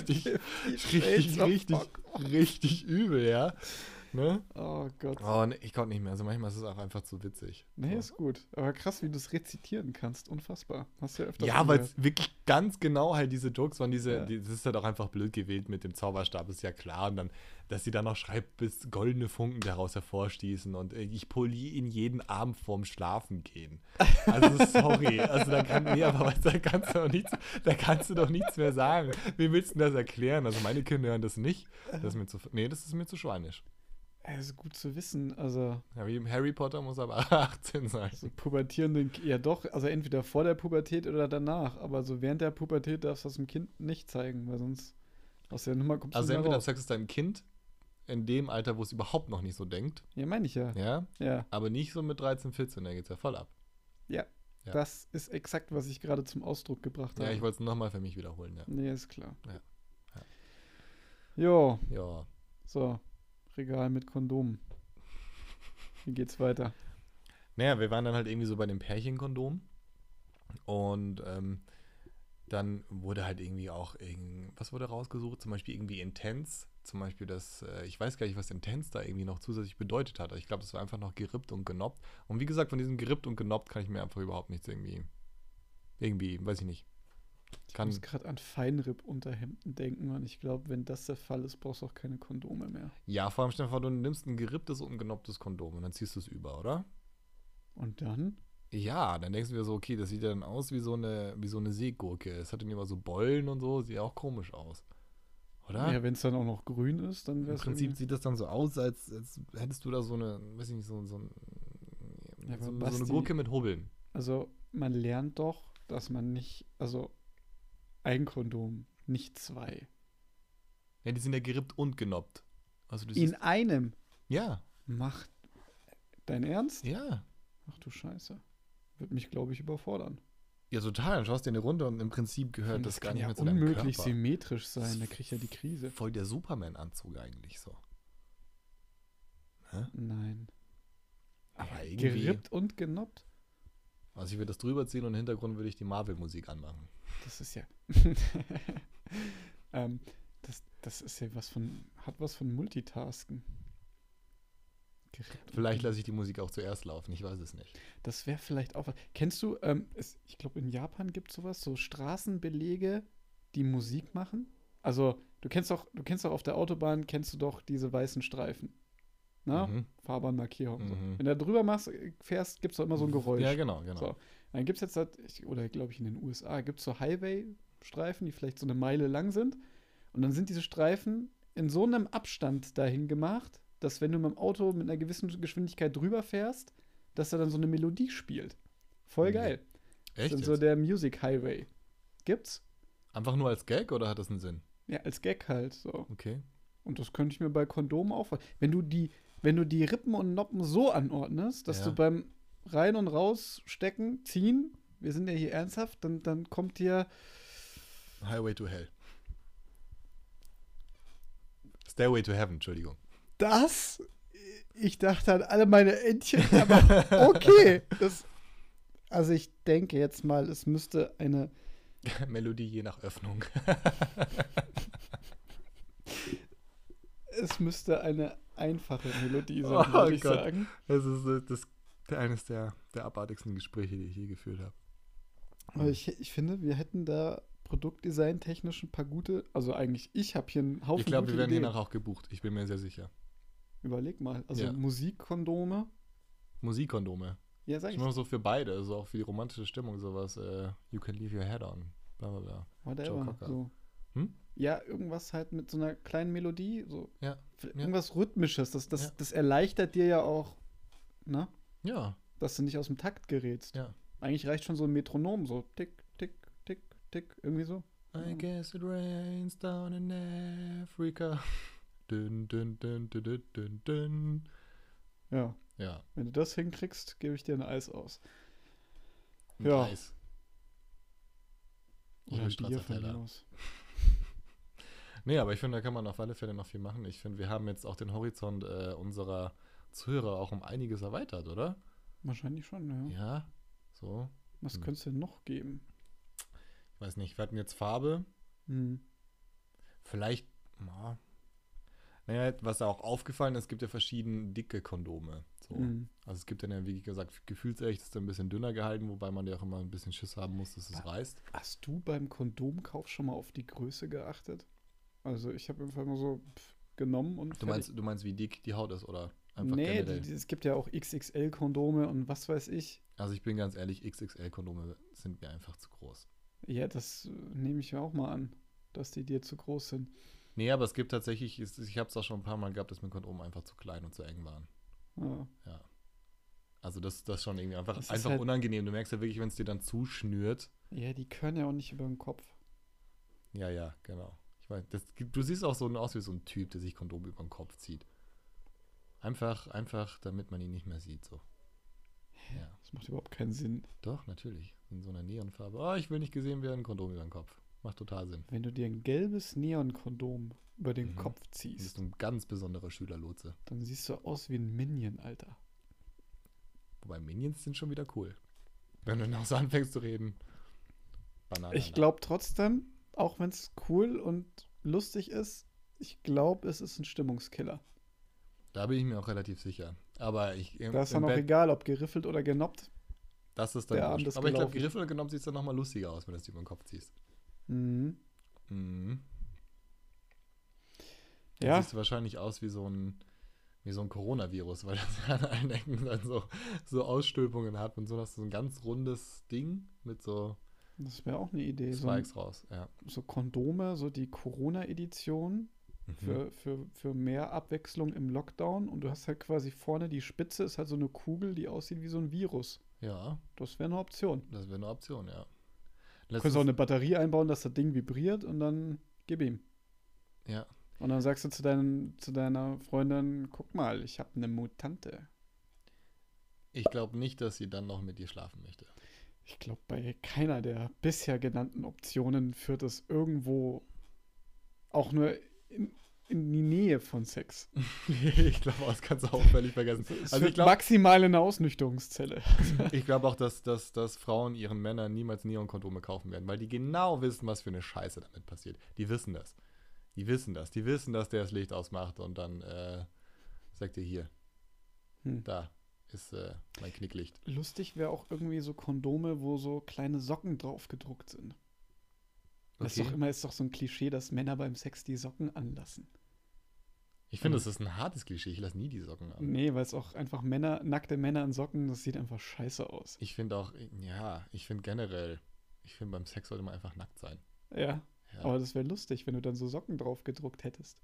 richtig übel, ja. Ne? Oh Gott. Oh, ne, ich konnte nicht mehr. Also manchmal ist es auch einfach zu witzig. Nee, So. ist gut. Aber krass, wie du es rezitieren kannst. Unfassbar. Hast du ja öfter Ja, weil es wirklich ganz genau halt diese Jokes waren, das Ja. ist halt auch einfach blöd gewählt mit dem Zauberstab, ist ja klar. Und dann, dass sie dann noch schreibt, bis goldene Funken daraus hervorstießen und ich poliere ihn jeden Abend vorm Schlafen gehen. Also sorry, aber weißt du, da kannst du doch nichts mehr sagen. Wie willst du denn das erklären? Also meine Kinder hören das nicht. Das ist mir zu schweinisch. ist gut zu wissen. Also, Harry Potter muss aber 18 sein. so pubertierende, ja doch, also entweder vor der Pubertät oder danach. Aber so während der Pubertät darfst du das dem Kind nicht zeigen, weil sonst aus der Nummer kommst du Also nicht mehr entweder raus. zeigst du es deinem Kind in dem Alter, wo es überhaupt noch nicht so denkt, Ja, meine ich ja. ja, Ja, aber nicht so mit 13, 14, da geht's ja voll ab. Ja. das ist exakt, was ich gerade zum Ausdruck gebracht habe. Ja, ich wollte es nochmal für mich wiederholen, ja. Nee, ist klar. Ja. Jo, Ja. so. Regal mit Kondomen. Wie geht's weiter? Naja, wir waren dann halt irgendwie so bei dem Pärchenkondom und dann wurde halt irgendwie auch was wurde rausgesucht? Zum Beispiel irgendwie Intens. Zum Beispiel ich weiß gar nicht, was Intens da irgendwie noch zusätzlich bedeutet hat. Ich glaube, das war einfach noch gerippt und genoppt. Und wie gesagt, von diesem gerippt und genoppt kann ich mir einfach überhaupt nichts irgendwie, weiß ich nicht. Ich muss gerade an Feinripp-Unterhemden denken und ich glaube, wenn das der Fall ist, brauchst du auch keine Kondome mehr. Ja, vor allem stell dir vor, du nimmst ein geripptes und genopptes Kondom und dann ziehst du es über, oder? Und dann? Ja, dann denkst du dir so, okay, das sieht ja dann aus wie so eine Seegurke. Es hat dann immer so Bollen und so, sieht ja auch komisch aus. Oder? Ja, wenn es dann auch noch grün ist, dann wäre Im es Prinzip sieht das dann so aus, als hättest du da so eine, weiß ich nicht, so Ja, aber eine Basti, Gurke mit Hubbeln. Also, man lernt doch, dass man nicht, also ein Kondom, nicht zwei. Ja, die sind ja gerippt und genoppt. Also du In siehst, einem. ja, Macht dein Ernst? ja. Ach du Scheiße. Wird mich, glaube ich, überfordern. Ja, total. Dann schaust du in eine Runde und im Prinzip gehört Und das das gar kann nicht ja mehr zu deinem unmöglich Körper. symmetrisch Das sein, da ist krieg ich ja die Krise. voll der Superman-Anzug eigentlich so. Hä? Nein. Aber irgendwie, Gerippt und genoppt? also ich würde das drüber ziehen und im Hintergrund würde ich die Marvel-Musik anmachen. Das ist ja. Das ist ja hat was von Multitasken. Gerippt und Vielleicht genoppt. lasse ich die Musik auch zuerst laufen, ich weiß es nicht. Das wäre vielleicht auch was. Kennst du, ich glaube, in Japan gibt es sowas, so Straßenbelege, die Musik machen? Also, du kennst doch auf der Autobahn, kennst du doch diese weißen Streifen. Na? Mhm. Fahrbahnmarkierung. So. Mhm. Wenn du da drüber fährst, gibt es doch immer so ein Geräusch. Ja, genau, genau. So. Dann gibt es jetzt, oder glaube ich in den USA, gibt es so Highway-Streifen, die vielleicht so eine Meile lang sind. Und dann sind diese Streifen in so einem Abstand dahin gemacht, dass wenn du mit dem Auto mit einer gewissen Geschwindigkeit drüber fährst, dass er dann so eine Melodie spielt. Voll Nee. geil. Das Echt ist jetzt? so der Music Highway. Gibt's? Einfach nur als Gag oder hat das einen Sinn? Ja, als Gag halt. So. Okay. Und das könnte ich mir bei Kondomen auch vorstellen. Wenn du die Rippen und Noppen so anordnest, dass Ja. du beim Rein- und Rausstecken, Ziehen, wir sind ja hier ernsthaft, dann kommt dir. Highway to Hell. Stairway to Heaven, Entschuldigung. Das? Ich dachte an alle meine Entchen, aber okay. Also ich denke jetzt mal, es müsste eine. Melodie je nach Öffnung. Es müsste eine einfache Melodie sein, Oh würde ich Gott. sagen. Das ist eines der abartigsten Gespräche, die ich je geführt habe. Aber ich finde, wir hätten da produktdesign-technisch ein paar gute. Also eigentlich, ich habe hier einen Haufen Ich glaube, gute wir werden hier Ideen. nachher auch gebucht. Ich bin mir sehr sicher. Überleg mal. Also Ja. Musikkondome. Musikkondome. Ja, sag ich. Nur so für beide, also auch für die romantische Stimmung, sowas. You can leave your head on. Bla bla bla. Joe Whatever. Cocker. So. Hm? Ja, irgendwas halt mit so einer kleinen Melodie. So. Ja. Irgendwas Rhythmisches. Das Ja. das erleichtert dir ja auch, ne? Ja. Dass du nicht aus dem Takt gerätst. Ja. Eigentlich reicht schon so ein Metronom. So tick, tick, tick, tick. Irgendwie so. I guess it rains down in Africa. Dün, dün, dün, dün, dün, dün, dün. Ja. Ja. Wenn du das hinkriegst, gebe ich dir ein Eis aus. Ein Ja. Eis. Ich Oder will ein Bier von mir Stracciatella. aus. Nee, aber ich finde, da kann man auf alle Fälle noch viel machen. Ich finde, wir haben jetzt auch den Horizont unserer Zuhörer auch um einiges erweitert, oder? Wahrscheinlich schon, ja. Ja. So. Was Hm. könnte es denn noch geben? Ich weiß nicht, wir hatten jetzt Farbe. Hm. Vielleicht, naja, was auch aufgefallen ist, es gibt ja verschiedene dicke Kondome. So. Hm. Also es gibt dann ja, wie gesagt, gefühlsecht ist ein bisschen dünner gehalten, wobei man ja auch immer ein bisschen Schiss haben muss, dass es reißt. Hast du beim Kondomkauf schon mal auf die Größe geachtet? Also ich habe einfach mal so genommen und Du meinst, wie dick die Haut ist, oder einfach nee, generell? es gibt ja auch XXL-Kondome und was weiß ich. Also ich bin ganz ehrlich, XXL-Kondome sind mir einfach zu groß. Ja, das nehme ich mir auch mal an, dass die dir zu groß sind. Nee, aber es gibt tatsächlich, ich habe es auch schon ein paar Mal gehabt, dass mir Kondomen einfach zu klein und zu eng waren. Ja. Ja. Also das schon irgendwie Das ist einfach halt- unangenehm. Du merkst ja wirklich, wenn es dir dann zuschnürt. Ja, die können ja auch nicht über den Kopf. Ja, ja, genau. Ich weiß, du siehst auch so aus wie so ein Typ, der sich Kondom über den Kopf zieht. Einfach, damit man ihn nicht mehr sieht. So. Ja. Das macht überhaupt keinen Sinn. Doch, natürlich. In so einer Neonfarbe. Oh, ich will nicht gesehen werden, Kondom über den Kopf. Macht total Sinn. Wenn du dir ein gelbes Neonkondom über den Mhm. Kopf Du bist ziehst, ein ganz besonderer Schülerlotse. dann siehst du aus wie ein Minion, Alter. Wobei Minions sind schon wieder cool. Wenn du noch so anfängst zu reden. Banane. Ich glaube trotzdem, auch wenn es cool und lustig ist, ich glaube, es ist ein Stimmungskiller. Da bin ich mir auch relativ sicher. Aber Da ist dann auch egal, ob geriffelt oder genoppt. das ist dann der Abend wurscht. ist Aber ich glaube, gelaufen. geriffelt genommen sieht es dann nochmal lustiger aus, wenn du es dir über den Kopf ziehst. Mhm. Mhm. Ja. Dann siehst du wahrscheinlich aus wie so ein Coronavirus, weil das an allen Ecken dann so Ausstülpungen hat und so, dass du so ein ganz rundes Ding mit so Das wäre auch eine Idee. Spikes raus. Ja. So Kondome, so die Corona-Edition Mhm. für mehr Abwechslung im Lockdown. Und du hast halt quasi vorne die Spitze, ist halt so eine Kugel, die aussieht wie so ein Virus. Ja, Das wäre eine Option. das wäre eine Option, ja. Du könntest auch eine Batterie einbauen, dass das Ding vibriert und dann gib ihm. Ja. Und dann sagst du zu deiner Freundin, guck mal, ich habe eine Mutante. Ich glaube nicht, dass sie dann noch mit dir schlafen möchte. Ich glaube, bei keiner der bisher genannten Optionen führt es irgendwo auch nur in, in die Nähe von Sex. Ich glaube, das kannst du auch völlig vergessen. Es Also ich führt glaube maximal in eine Ausnüchterungszelle. ich glaub auch, dass Frauen ihren Männern niemals Neonkondome kaufen werden, weil die genau wissen, was für eine Scheiße damit passiert. Die wissen das. Die wissen das. Die wissen, dass der das Licht ausmacht und dann sagt ihr hier, Hm. da ist mein Knicklicht. Lustig wäre auch irgendwie so Kondome, wo so kleine Socken drauf gedruckt sind. Das Okay. ist doch so ein Klischee, dass Männer beim Sex die Socken anlassen. Ich finde, das ist ein hartes Klischee. Ich lasse nie die Socken an. Nee, weil es auch einfach nackte Männer in Socken, das sieht einfach scheiße aus. Ich finde auch, ja, ich finde generell, ich finde beim Sex sollte man einfach nackt sein. Ja, Ja. aber das wäre lustig, wenn du dann so Socken drauf gedruckt hättest.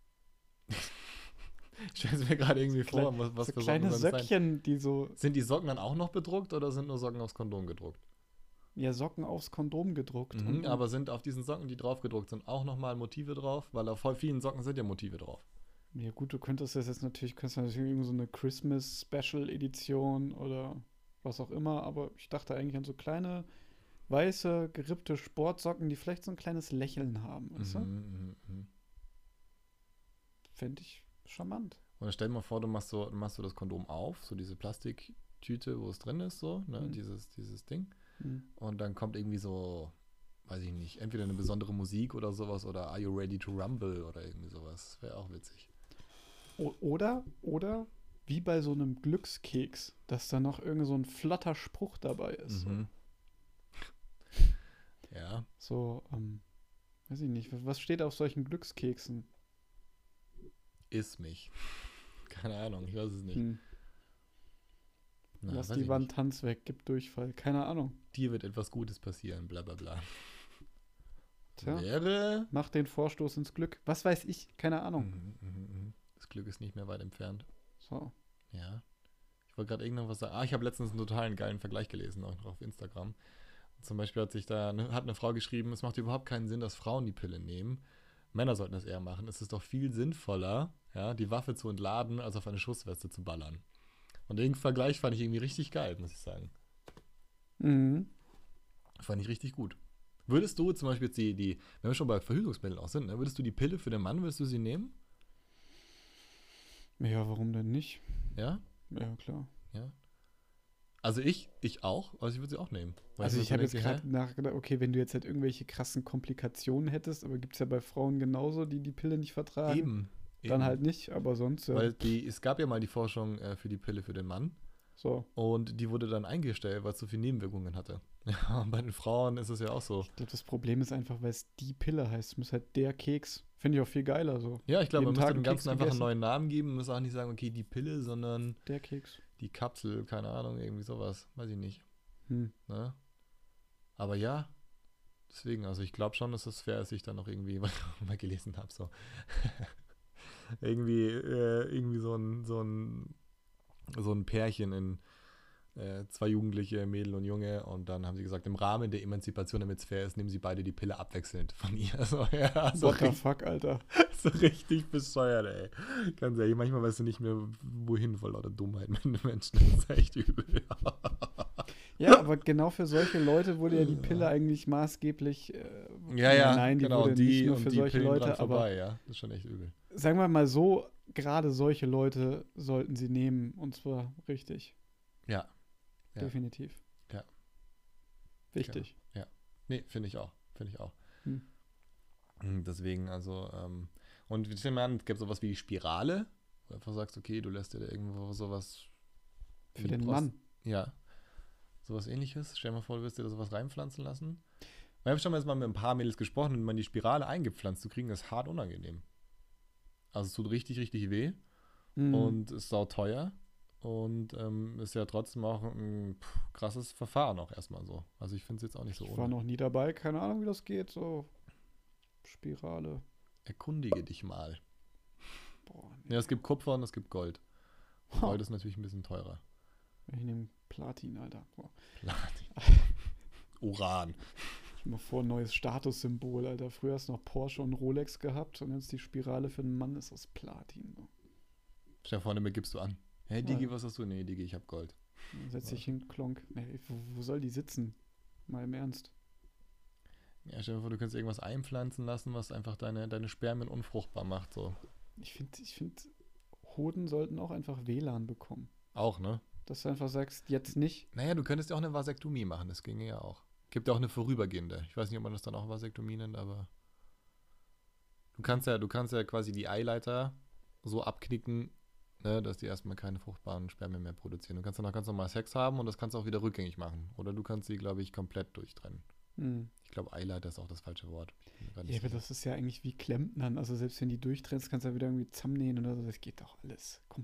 Ich stelle es mir gerade irgendwie vor, was so für kleine Socken sollen das sein. Söckchen, die so, Sind die Socken dann auch noch bedruckt oder sind nur Socken aufs Kondom gedruckt? ja, Socken aufs Kondom gedruckt. Und Aber sind auf diesen Socken, die drauf gedruckt sind, auch nochmal Motive drauf? Weil auf voll vielen Socken sind ja Motive drauf. ja gut, du könntest natürlich irgendwie so eine Christmas Special Edition oder was auch immer, aber ich dachte eigentlich an so kleine, weiße, gerippte Sportsocken, die vielleicht so ein kleines Lächeln haben, weißt du? Mhm. Fände ich charmant. Und dann stell dir mal vor, du machst so das Kondom auf, so diese Plastiktüte, wo es drin ist, so, ne, Mhm. dieses Ding. Hm. Und dann kommt irgendwie so, weiß ich nicht, entweder eine besondere Musik oder sowas oder Are You Ready to Rumble oder irgendwie sowas. Wäre auch witzig. Oder wie bei so einem Glückskeks, dass da noch irgend so ein flotter Spruch dabei ist. Mhm. Ja. So, weiß ich nicht, was steht auf solchen Glückskeksen? Iss mich. Keine Ahnung, ich weiß es nicht. Hm. Na, Lass weiß die ich Wand nicht. Tanz weg, gib Durchfall. Keine Ahnung. Dir wird etwas Gutes passieren, bla bla bla. Tja, Wäre. mach den Vorstoß ins Glück. Was weiß ich? Keine Ahnung. Das Glück ist nicht mehr weit entfernt. So. Ja. Ich wollte gerade irgendwas sagen. Ich habe letztens einen totalen geilen Vergleich gelesen, auch noch auf Instagram. Zum Beispiel hat eine Frau geschrieben, es macht überhaupt keinen Sinn, dass Frauen die Pille nehmen. Männer sollten das eher machen. Es ist doch viel sinnvoller, ja, die Waffe zu entladen, als auf eine Schussweste zu ballern. Und den Vergleich fand ich irgendwie richtig geil, muss ich sagen. Mhm. Fand ich richtig gut. Würdest du zum Beispiel jetzt wenn wir schon bei Verhütungsmitteln auch sind, ne, würdest du die Pille für den Mann, würdest du sie nehmen? Ja, warum denn nicht? Ja? Ja, klar. Ja. Also ich auch, also ich würde sie auch nehmen. Weil Also mir ich so habe jetzt denke, gerade nachgedacht, okay, wenn du jetzt halt irgendwelche krassen Komplikationen hättest, aber gibt es ja bei Frauen genauso, die die Pille nicht vertragen, eben. dann halt nicht, aber sonst ja. Weil es gab ja mal die Forschung für die Pille für den Mann So. und die wurde dann eingestellt, weil es so viele Nebenwirkungen hatte. Ja, und bei den Frauen ist es ja auch so. Ich glaube, das Problem ist einfach, weil es die Pille heißt. Es muss halt der Keks. Finde ich auch viel geiler so. Ja, ich glaube, man Jeden müsste Tag dem einen Ganzen Keks einfach einen gegessen. neuen Namen geben. Man muss auch nicht sagen, okay, die Pille, sondern Der Keks. die Kapsel, keine Ahnung, irgendwie sowas. Weiß ich nicht. Hm. Ne? Aber ja, deswegen, also ich glaube schon, dass es fair ist, ich dann noch irgendwie, weil ich mal gelesen habe, so irgendwie so ein Pärchen in zwei Jugendliche, Mädel und Junge, und dann haben sie gesagt, im Rahmen der Emanzipation, damit es fair ist, nehmen sie beide die Pille abwechselnd von ihr. So, ja, so, What the fuck, Alter. so richtig bescheuert, ey. Ganz ehrlich, manchmal weißt du nicht mehr, wohin vor lauter Dummheit mit den Menschen. Das ist echt übel. Ja, aber genau für solche Leute wurde ja die Pille eigentlich maßgeblich. Ja, nein, die genau, wurde nicht nur und für die solche Pillen Leute, dran aber vorbei, ja. Das ist schon echt übel. sagen wir mal so, gerade solche Leute sollten sie nehmen und zwar richtig. Ja. Ja. Definitiv. Ja. Wichtig. Nee, finde ich auch. Finde ich auch. Hm. Deswegen, also, und ich nehme an, es gibt sowas wie die Spirale, wo du einfach sagst, okay, du lässt dir da irgendwo sowas Für den Mann. Ja. Sowas ähnliches. Stell dir mal vor, du wirst dir da sowas reinpflanzen lassen. Wir haben schon mal mit ein paar Mädels gesprochen, wenn man die Spirale eingepflanzt zu kriegen, ist hart unangenehm. Also es tut richtig, richtig weh Mhm. und ist sauteuer und ist ja trotzdem auch ein krasses Verfahren auch erstmal so. Also ich finde es jetzt auch nicht so Ich war noch nie dabei, keine Ahnung, wie das geht. So Spirale. Erkundige dich mal. Boah, nee. Ja, es gibt Kupfer und es gibt Gold. Und Ha. Gold ist natürlich ein bisschen teurer. Ich nehme Platin, Alter. Boah. Platin. Uran. Stell dir mal vor, neues Statussymbol, Alter. Früher hast du noch Porsche und Rolex gehabt und jetzt die Spirale für einen Mann ist aus Platin. So. Stell dir vor, damit gibst du an. Hey Digi, was hast du? Nee, Digi, ich hab Gold. Setz dich hin, Klonk. Nee, wo soll die sitzen? Mal im Ernst. Ja, stell dir vor, du kannst irgendwas einpflanzen lassen, was einfach deine Spermien unfruchtbar macht. So. Ich find, Hoden sollten auch einfach WLAN bekommen. Auch, ne? Dass du einfach sagst, jetzt nicht. Naja, du könntest ja auch eine Vasektomie machen, das ginge ja auch. Gibt ja auch eine vorübergehende. Ich weiß nicht, ob man das dann auch Vasektomie nennt, aber du kannst ja quasi die Eileiter so abknicken, ne, dass die erstmal keine fruchtbaren Spermien mehr produzieren. Du kannst dann auch ganz normal Sex haben und das kannst du auch wieder rückgängig machen. Oder du kannst sie, glaube ich, komplett durchtrennen. Hm. Ich glaube, Eileiter ist auch das falsche Wort. Bin mir grad nicht Ja, aber sicher. das ist ja eigentlich wie Klempnern. Also selbst wenn die durchtrennst, kannst du ja wieder irgendwie zusammennähen oder so. Das geht doch alles. Komm.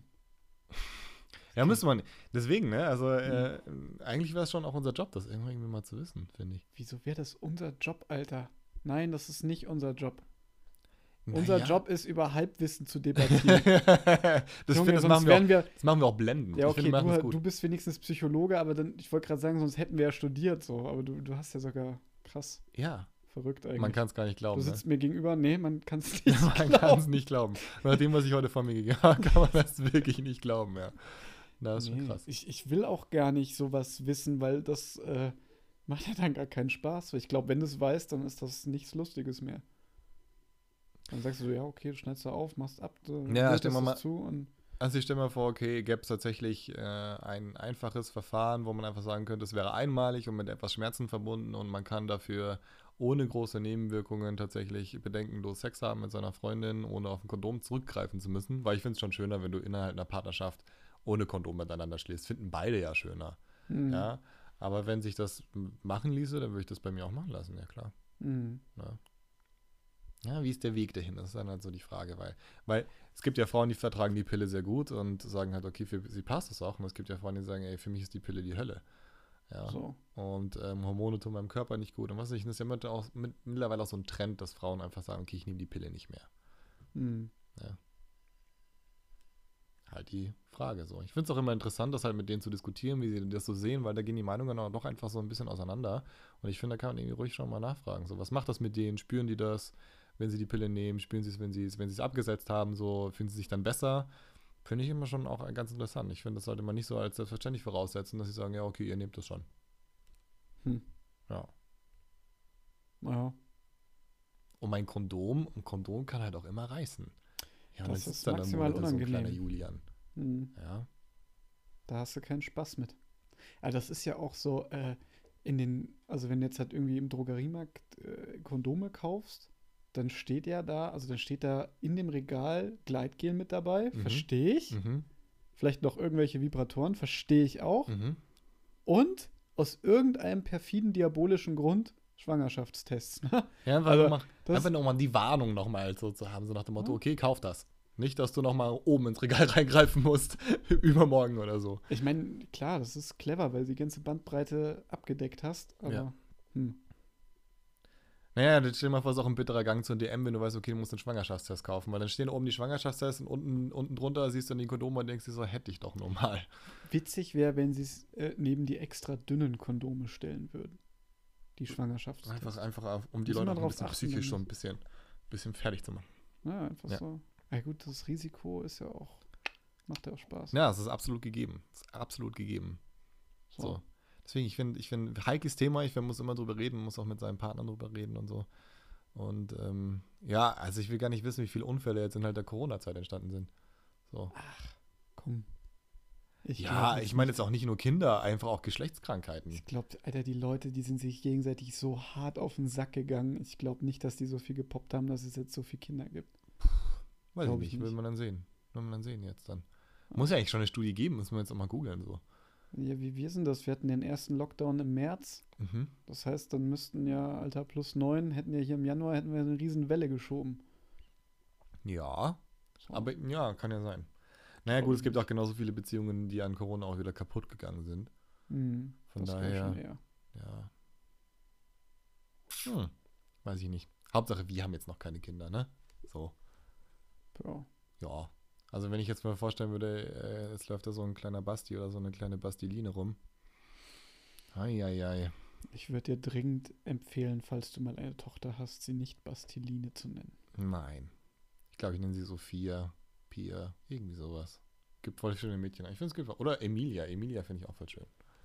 Ja, Okay. müsste man. Deswegen, ne? Also, Hm. eigentlich wäre es schon auch unser Job, das irgendwie mal zu wissen, finde ich. Wieso wäre das unser Job, Alter? Nein, das ist nicht unser Job. Unser Naja. Job ist, über Halbwissen zu debattieren. Das, Junge, finde, das, sonst machen wir wären wir. auch, das machen wir auch blendend. Ja, Ich finde, okay, wir machen das du gut. bist wenigstens Psychologe, aber dann, ich wollte gerade sagen, sonst hätten wir ja studiert so. Aber du hast ja sogar krass Ja, verrückt man eigentlich. kann es gar nicht Du glauben, ne? sitzt mir gegenüber, nee, man kann es nicht Man kann glauben. es nicht glauben. Nach dem, was ich heute von mir gegeben habe, kann man das wirklich nicht glauben, ja. Das ist schon Nee, krass. ich will auch gar nicht sowas wissen, weil das macht ja dann gar keinen Spaß. Weil ich glaube, wenn du es weißt, dann ist das nichts Lustiges mehr. Dann sagst du so, ja, okay, du schneidest da auf, machst ab, du Ja, stell lötest mal, es zu und also ich stelle mir vor, okay, gäbe es tatsächlich ein einfaches Verfahren, wo man einfach sagen könnte, es wäre einmalig und mit etwas Schmerzen verbunden und man kann dafür ohne große Nebenwirkungen tatsächlich bedenkenlos Sex haben mit seiner Freundin, ohne auf ein Kondom zurückgreifen zu müssen. Weil ich finde es schon schöner, wenn du innerhalb einer Partnerschaft ohne Kondom miteinander schläfst. Finden beide ja schöner. hm, Ja, aber wenn sich das machen ließe, dann würde ich das bei mir auch machen lassen, ja klar. hm, Ja. Ja, wie ist der Weg dahin? Das ist dann halt so die Frage, weil es gibt ja Frauen, die vertragen die Pille sehr gut und sagen halt, okay, für sie passt das auch. Und es gibt ja Frauen, die sagen, ey, für mich ist die Pille die Hölle. Ja. so. Und Hormone tun meinem Körper nicht gut. Und was weiß ich, das ist ja mittlerweile auch so ein Trend, dass Frauen einfach sagen, okay, ich nehme die Pille nicht mehr. Hm. Ja. Halt die Frage so. Ich finde es auch immer interessant, das halt mit denen zu diskutieren, wie sie das so sehen, weil da gehen die Meinungen auch doch einfach so ein bisschen auseinander. Und ich finde, da kann man irgendwie ruhig schon mal nachfragen. So, was macht das mit denen? Spüren die das, wenn sie die Pille nehmen? Spüren sie es, wenn sie es abgesetzt haben? So, fühlen sie sich dann besser? Finde ich immer schon auch ganz interessant. Ich finde, das sollte man nicht so als selbstverständlich voraussetzen, dass sie sagen, ja, okay, ihr nehmt das schon. Hm. Ja. Ja, Und ein Kondom kann halt auch immer reißen. Ja, und das dann ist sitzt dann im maximal Monat so ein kleiner unangenehm. Julian. Hm. Ja. Da hast du keinen Spaß mit. Aber das ist ja auch so, also wenn du jetzt halt irgendwie im Drogeriemarkt Kondome kaufst, dann steht ja da, also dann steht da in dem Regal Gleitgel mit dabei, Mhm. verstehe ich. Mhm. Vielleicht noch irgendwelche Vibratoren, verstehe ich auch. Mhm. Und aus irgendeinem perfiden, diabolischen Grund Schwangerschaftstests. Ja, Also, das, einfach nochmal die Warnung nochmal so zu haben, so nach dem Motto, ja. okay, kauf das. Nicht, dass du nochmal oben ins Regal reingreifen musst, übermorgen oder so. Ich meine, klar, das ist clever, weil du die ganze Bandbreite abgedeckt hast, aber Ja. hm, Naja, dann stell dir mal vor, es ist auch ein bitterer Gang zur DM, wenn du weißt, okay, du musst einen Schwangerschaftstest kaufen, weil dann stehen oben die Schwangerschaftstests und unten drunter siehst du dann die Kondome und denkst dir so, hätte ich doch normal. witzig wäre, wenn sie es neben die extra dünnen Kondome stellen würden. Die Schwangerschaftstests. Einfach um die Müssen Leute wir auch ein drauf bisschen achten, psychisch wenn schon ein bisschen fertig zu machen. Ja, einfach Ja. so. Ja gut, das Risiko ist ja auch, macht ja auch Spaß. Ja, es ist absolut gegeben. Es ist absolut gegeben. So. Deswegen, ich finde, heikles Thema, man muss immer drüber reden, man muss auch mit seinen Partnern drüber reden und so. Und ja, also ich will gar nicht wissen, wie viele Unfälle jetzt in halt der Corona-Zeit entstanden sind. So. Komm. Ja, glaub ich meine jetzt auch nicht nur Kinder, einfach auch Geschlechtskrankheiten. Ich glaube, Alter, die Leute, die sind sich gegenseitig so hart auf den Sack gegangen. Ich glaube nicht, dass die so viel gepoppt haben, dass es jetzt so viele Kinder gibt. Weiß ich glaub ich nicht, will nicht. man dann sehen. Will man dann sehen jetzt dann. Muss ja eigentlich schon eine Studie geben, müssen wir jetzt auch mal googeln so. Ja, wie wir sind das? Wir hatten den ersten Lockdown im März. Mhm. Das heißt, dann müssten ja, Alter, +9, hätten ja hier im Januar hätten wir eine riesen Welle geschoben. Ja, So. aber ja, kann ja sein. Naja gut, es gibt auch genauso viele Beziehungen, die an Corona auch wieder kaputt gegangen sind. Hm, Von das glaub ich daher, schon eher. ja. Weiß ich nicht. Hauptsache, wir haben jetzt noch keine Kinder, ne? So, Ja. ja. Also wenn ich jetzt mal vorstellen würde, es läuft da so ein kleiner Basti oder so eine kleine Bastiline rum. Eieiei. Ich würde dir dringend empfehlen, falls du mal eine Tochter hast, sie nicht Bastiline zu nennen. Nein. Ich glaube, ich nenne sie Sophia, Pia, irgendwie sowas. gibt voll schöne Mädchen. Ich finde es gibt. Oder Emilia. Emilia finde ich auch voll schön.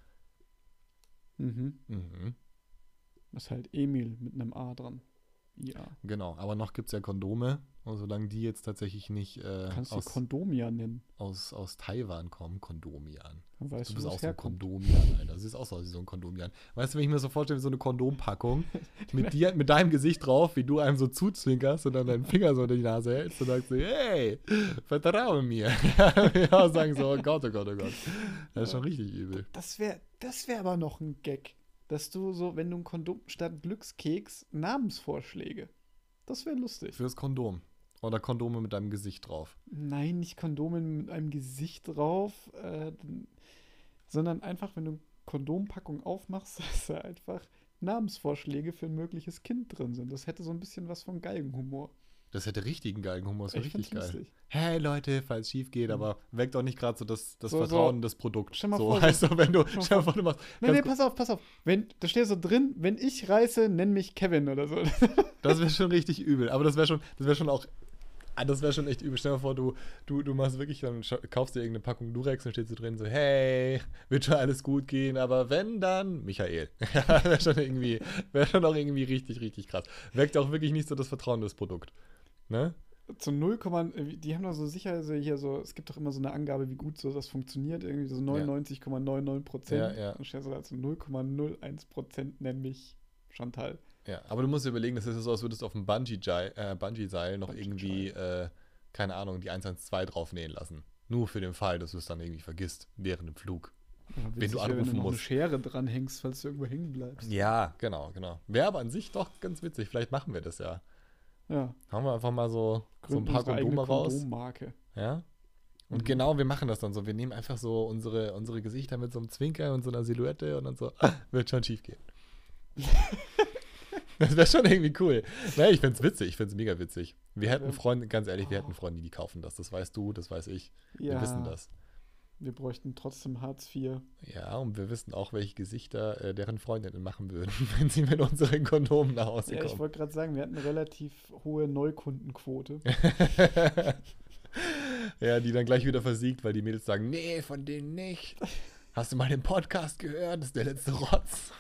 Mhm. Mhm. Das ist halt Emil mit einem A dran. IA. Genau, aber noch gibt es ja Kondome. Und solange die jetzt tatsächlich nicht Kannst du aus, Kondomia nennen. aus Taiwan kommen, Kondomian. Dann weißt Du du, bist wo auch es so ein herkommt. Kondomian, Alter. Du siehst auch so aus wie so ein Kondomian. Weißt du, wenn ich mir so vorstelle, wie so eine Kondompackung mit dir, mit deinem Gesicht drauf, wie du einem so zuzwinkerst und dann deinen Finger so in die Nase hältst und sagst so, hey, vertraue mir. Ja, sagen so, oh Gott, oh Gott, oh Gott. Das ist schon richtig übel. Das wär aber noch ein Gag. Dass du so, wenn du ein Kondom statt Glückskeks Namensvorschläge. Das wäre lustig. Fürs Kondom. Oder Kondome mit deinem Gesicht drauf. Nein, nicht Kondome mit einem Gesicht drauf, sondern einfach, wenn du Kondompackung aufmachst, dass da einfach Namensvorschläge für ein mögliches Kind drin sind. Das hätte so ein bisschen was von Galgenhumor. Das hätte richtigen geilen Humor, das wäre Ich richtig find's geil. lustig. Hey Leute, falls es schief geht, aber weckt auch nicht gerade so das So, Vertrauen so. in das Produkt. Stell mal so, vor, so- weißt du, wenn du, stell stell mal mal vor, du machst. Nee, ganz pass auf. Da steht so drin, wenn ich reiße, nenn mich Kevin oder so. Das wäre schon richtig übel. Aber das wäre schon auch. Das wäre schon echt übel. Stell dir mal vor, du machst wirklich, dann kaufst dir irgendeine Packung Durex und steht so drin so, hey, wird schon alles gut gehen, aber wenn, dann Michael. Ja, wäre schon auch irgendwie richtig, richtig krass. Weckt auch wirklich nicht so das Vertrauen in das Produkt. Ne? Zu 0, die haben doch so sicher, also hier so, es gibt doch immer so eine Angabe, wie gut so das funktioniert, irgendwie so 99,99%. Ja, ja. Und stellst du da zu 0,01% nenn mich Chantal. Ja, aber du musst dir überlegen, das ist so, als würdest du auf dem Bungee-Seil noch irgendwie, keine Ahnung, die 112 draufnähen lassen. Nur für den Fall, dass du es dann irgendwie vergisst, während dem Flug. Ja, Wen du witzig wär, anrufen wenn du noch musst. eine Schere dranhängst, falls du irgendwo hängen bleibst. Ja, genau. Wäre aber an sich doch ganz witzig. Vielleicht machen wir das ja. Ja, Hauen wir einfach mal so ein gründen paar unsere eigene Kondome raus. Kondommarke. Ja. Und Mhm. genau, wir machen das dann so. Wir nehmen einfach so unsere Gesichter mit so einem Zwinker und so einer Silhouette und dann so, wird schon schief gehen. Das wäre schon irgendwie cool. Naja, ich find's witzig, ich find's mega witzig. Wir hätten Freunde, ganz ehrlich, wir hätten Freunde, die kaufen das. Das weißt du, das weiß ich. Wir wissen das. Wir bräuchten trotzdem Hartz IV. Ja, und wir wissen auch, welche Gesichter deren Freundinnen machen würden, wenn sie mit unseren Kondomen nach Hause Ja, ich kommen. wollte gerade sagen, wir hatten eine relativ hohe Neukundenquote. Ja, die dann gleich wieder versiegt, weil die Mädels sagen, nee, von denen nicht. Hast du mal den Podcast gehört? Das ist der letzte Rotz.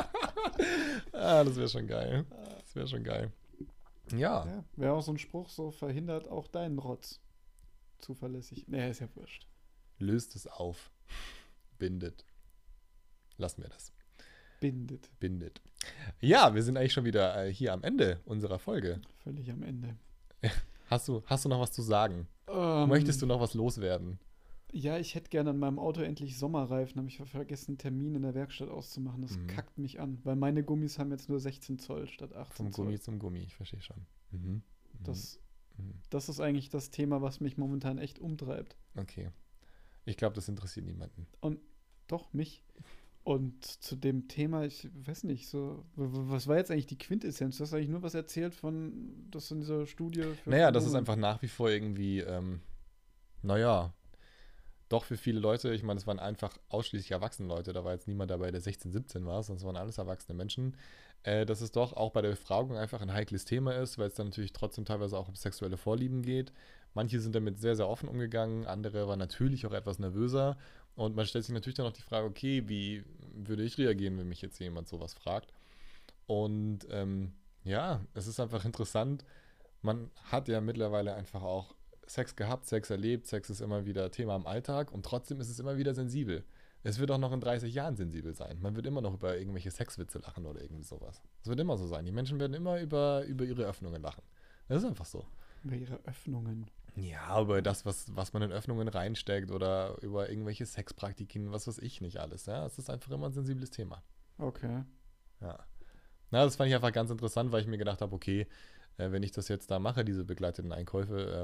Das wäre schon geil. Das wäre schon geil. Ja. Ja, wäre auch so ein Spruch, so verhindert auch deinen Rotz. Zuverlässig. Nee, ist ja wurscht. Löst es auf. Bindet. Lassen wir das. Bindet. Ja, wir sind eigentlich schon wieder hier am Ende unserer Folge. Völlig am Ende. Hast du noch was zu sagen? Möchtest du noch was loswerden? Ja, ich hätte gerne an meinem Auto endlich Sommerreifen. Habe ich vergessen, einen Termin in der Werkstatt auszumachen. Das kackt mich an, weil meine Gummis haben jetzt nur 16 Zoll statt 18 Vom Zoll. Gummi zum Gummi, ich verstehe schon. Mhm. Das ist eigentlich das Thema, was mich momentan echt umtreibt. Okay. Ich glaube, das interessiert niemanden. Und doch, mich. Und zu dem Thema, ich weiß nicht, so, was war jetzt eigentlich die Quintessenz? Du hast eigentlich nur was erzählt von, das in dieser Studie für Naja, das ist Kondome. einfach nach wie vor irgendwie, naja, doch für viele Leute, ich meine, es waren einfach ausschließlich erwachsene Leute, da war jetzt niemand dabei, der 16, 17 war, sondern es waren alles erwachsene Menschen, dass es doch auch bei der Befragung einfach ein heikles Thema ist, weil es dann natürlich trotzdem teilweise auch um sexuelle Vorlieben geht. Manche sind damit sehr, sehr offen umgegangen, andere waren natürlich auch etwas nervöser und man stellt sich natürlich dann noch die Frage, okay, wie würde ich reagieren, wenn mich jetzt jemand sowas fragt? Und ja, es ist einfach interessant, man hat ja mittlerweile einfach auch Sex gehabt, Sex erlebt, Sex ist immer wieder Thema im Alltag und trotzdem ist es immer wieder sensibel. Es wird auch noch in 30 Jahren sensibel sein. Man wird immer noch über irgendwelche Sexwitze lachen oder irgendwie sowas. Es wird immer so sein. Die Menschen werden immer über ihre Öffnungen lachen. Das ist einfach so. Über ihre Öffnungen. Ja, über das, was man in Öffnungen reinsteckt oder über irgendwelche Sexpraktiken, was weiß ich nicht alles. Ja, es ist einfach immer ein sensibles Thema. Okay. Ja. Na, das fand ich einfach ganz interessant, weil ich mir gedacht habe, okay, wenn ich das jetzt da mache, diese begleiteten Einkäufe,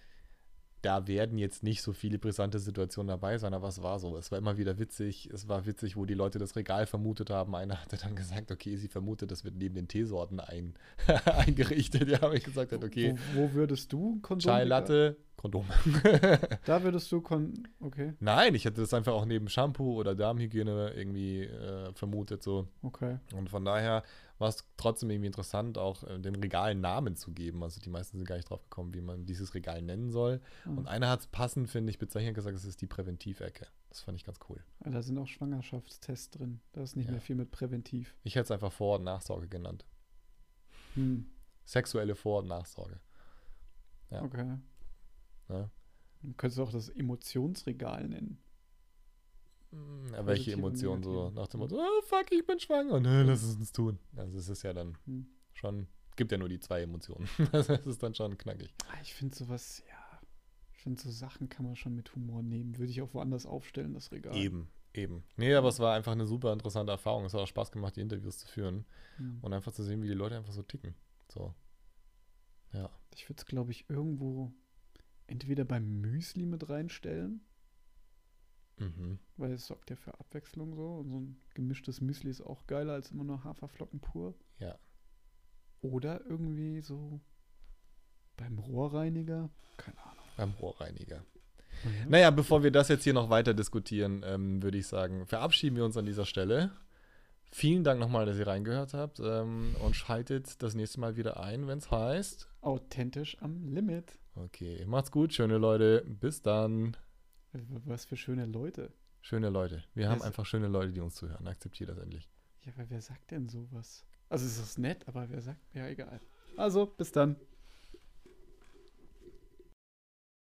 da werden jetzt nicht so viele brisante Situationen dabei sein, aber es war so. Es war immer wieder witzig. Es war witzig, wo die Leute das Regal vermutet haben. Einer hatte dann gesagt, okay, sie vermutet, das wird neben den Teesorten eingerichtet. Ja, habe ich gesagt, okay. Wo würdest du ein Kondom? Chai Latte, Kondome. Da würdest du okay, Nein, ich hätte das einfach auch neben Shampoo oder Darmhygiene irgendwie vermutet so. okay. Und von daher war es trotzdem irgendwie interessant, auch den Regalen Namen zu geben. Also die meisten sind gar nicht drauf gekommen, wie man dieses Regal nennen soll. Und einer hat es passend, finde ich, bezeichnet gesagt, es ist die Präventivecke. Das fand ich ganz cool. Ja, da sind auch Schwangerschaftstests drin. Da ist nicht Ja. mehr viel mit präventiv. Ich hätte es einfach Vor- und Nachsorge genannt. Hm, Sexuelle Vor- und Nachsorge. Ja. okay. Ja. Dann könntest du auch das Emotionsregal nennen. Ja, welche Positive und Emotionen so negative. nach dem Motto, oh, fuck, ich bin schwanger. Nö, lass es uns tun. Also es ist ja dann Hm. schon, gibt ja nur die 2 Emotionen. Das ist dann schon knackig. Ich finde sowas, ja. Ich finde, so Sachen kann man schon mit Humor nehmen. Würde ich auch woanders aufstellen, das Regal. Eben. Nee, aber es war einfach eine super interessante Erfahrung. Es hat auch Spaß gemacht, die Interviews zu führen Hm. und einfach zu sehen, wie die Leute einfach so ticken. So. Ja. Ich würde es, glaube ich, irgendwo entweder beim Müsli mit reinstellen, Mhm. weil es sorgt ja für Abwechslung so. Und so ein gemischtes Müsli ist auch geiler als immer nur Haferflocken pur. Ja. Oder irgendwie so beim Rohrreiniger. Keine Ahnung. Beim Rohrreiniger. Mhm. Naja, bevor wir das jetzt hier noch weiter diskutieren, würde ich sagen, verabschieden wir uns an dieser Stelle. Vielen Dank nochmal, dass ihr reingehört habt und schaltet das nächste Mal wieder ein, wenn es heißt. Authentisch am Limit. Okay, macht's gut, schöne Leute. Bis dann. Was für schöne Leute. Schöne Leute. Wir haben Es- einfach schöne Leute, die uns zuhören. Akzeptiert das endlich. Ja, aber wer sagt denn sowas? Also es ist nett, aber wer sagt, ja egal. Also, bis dann.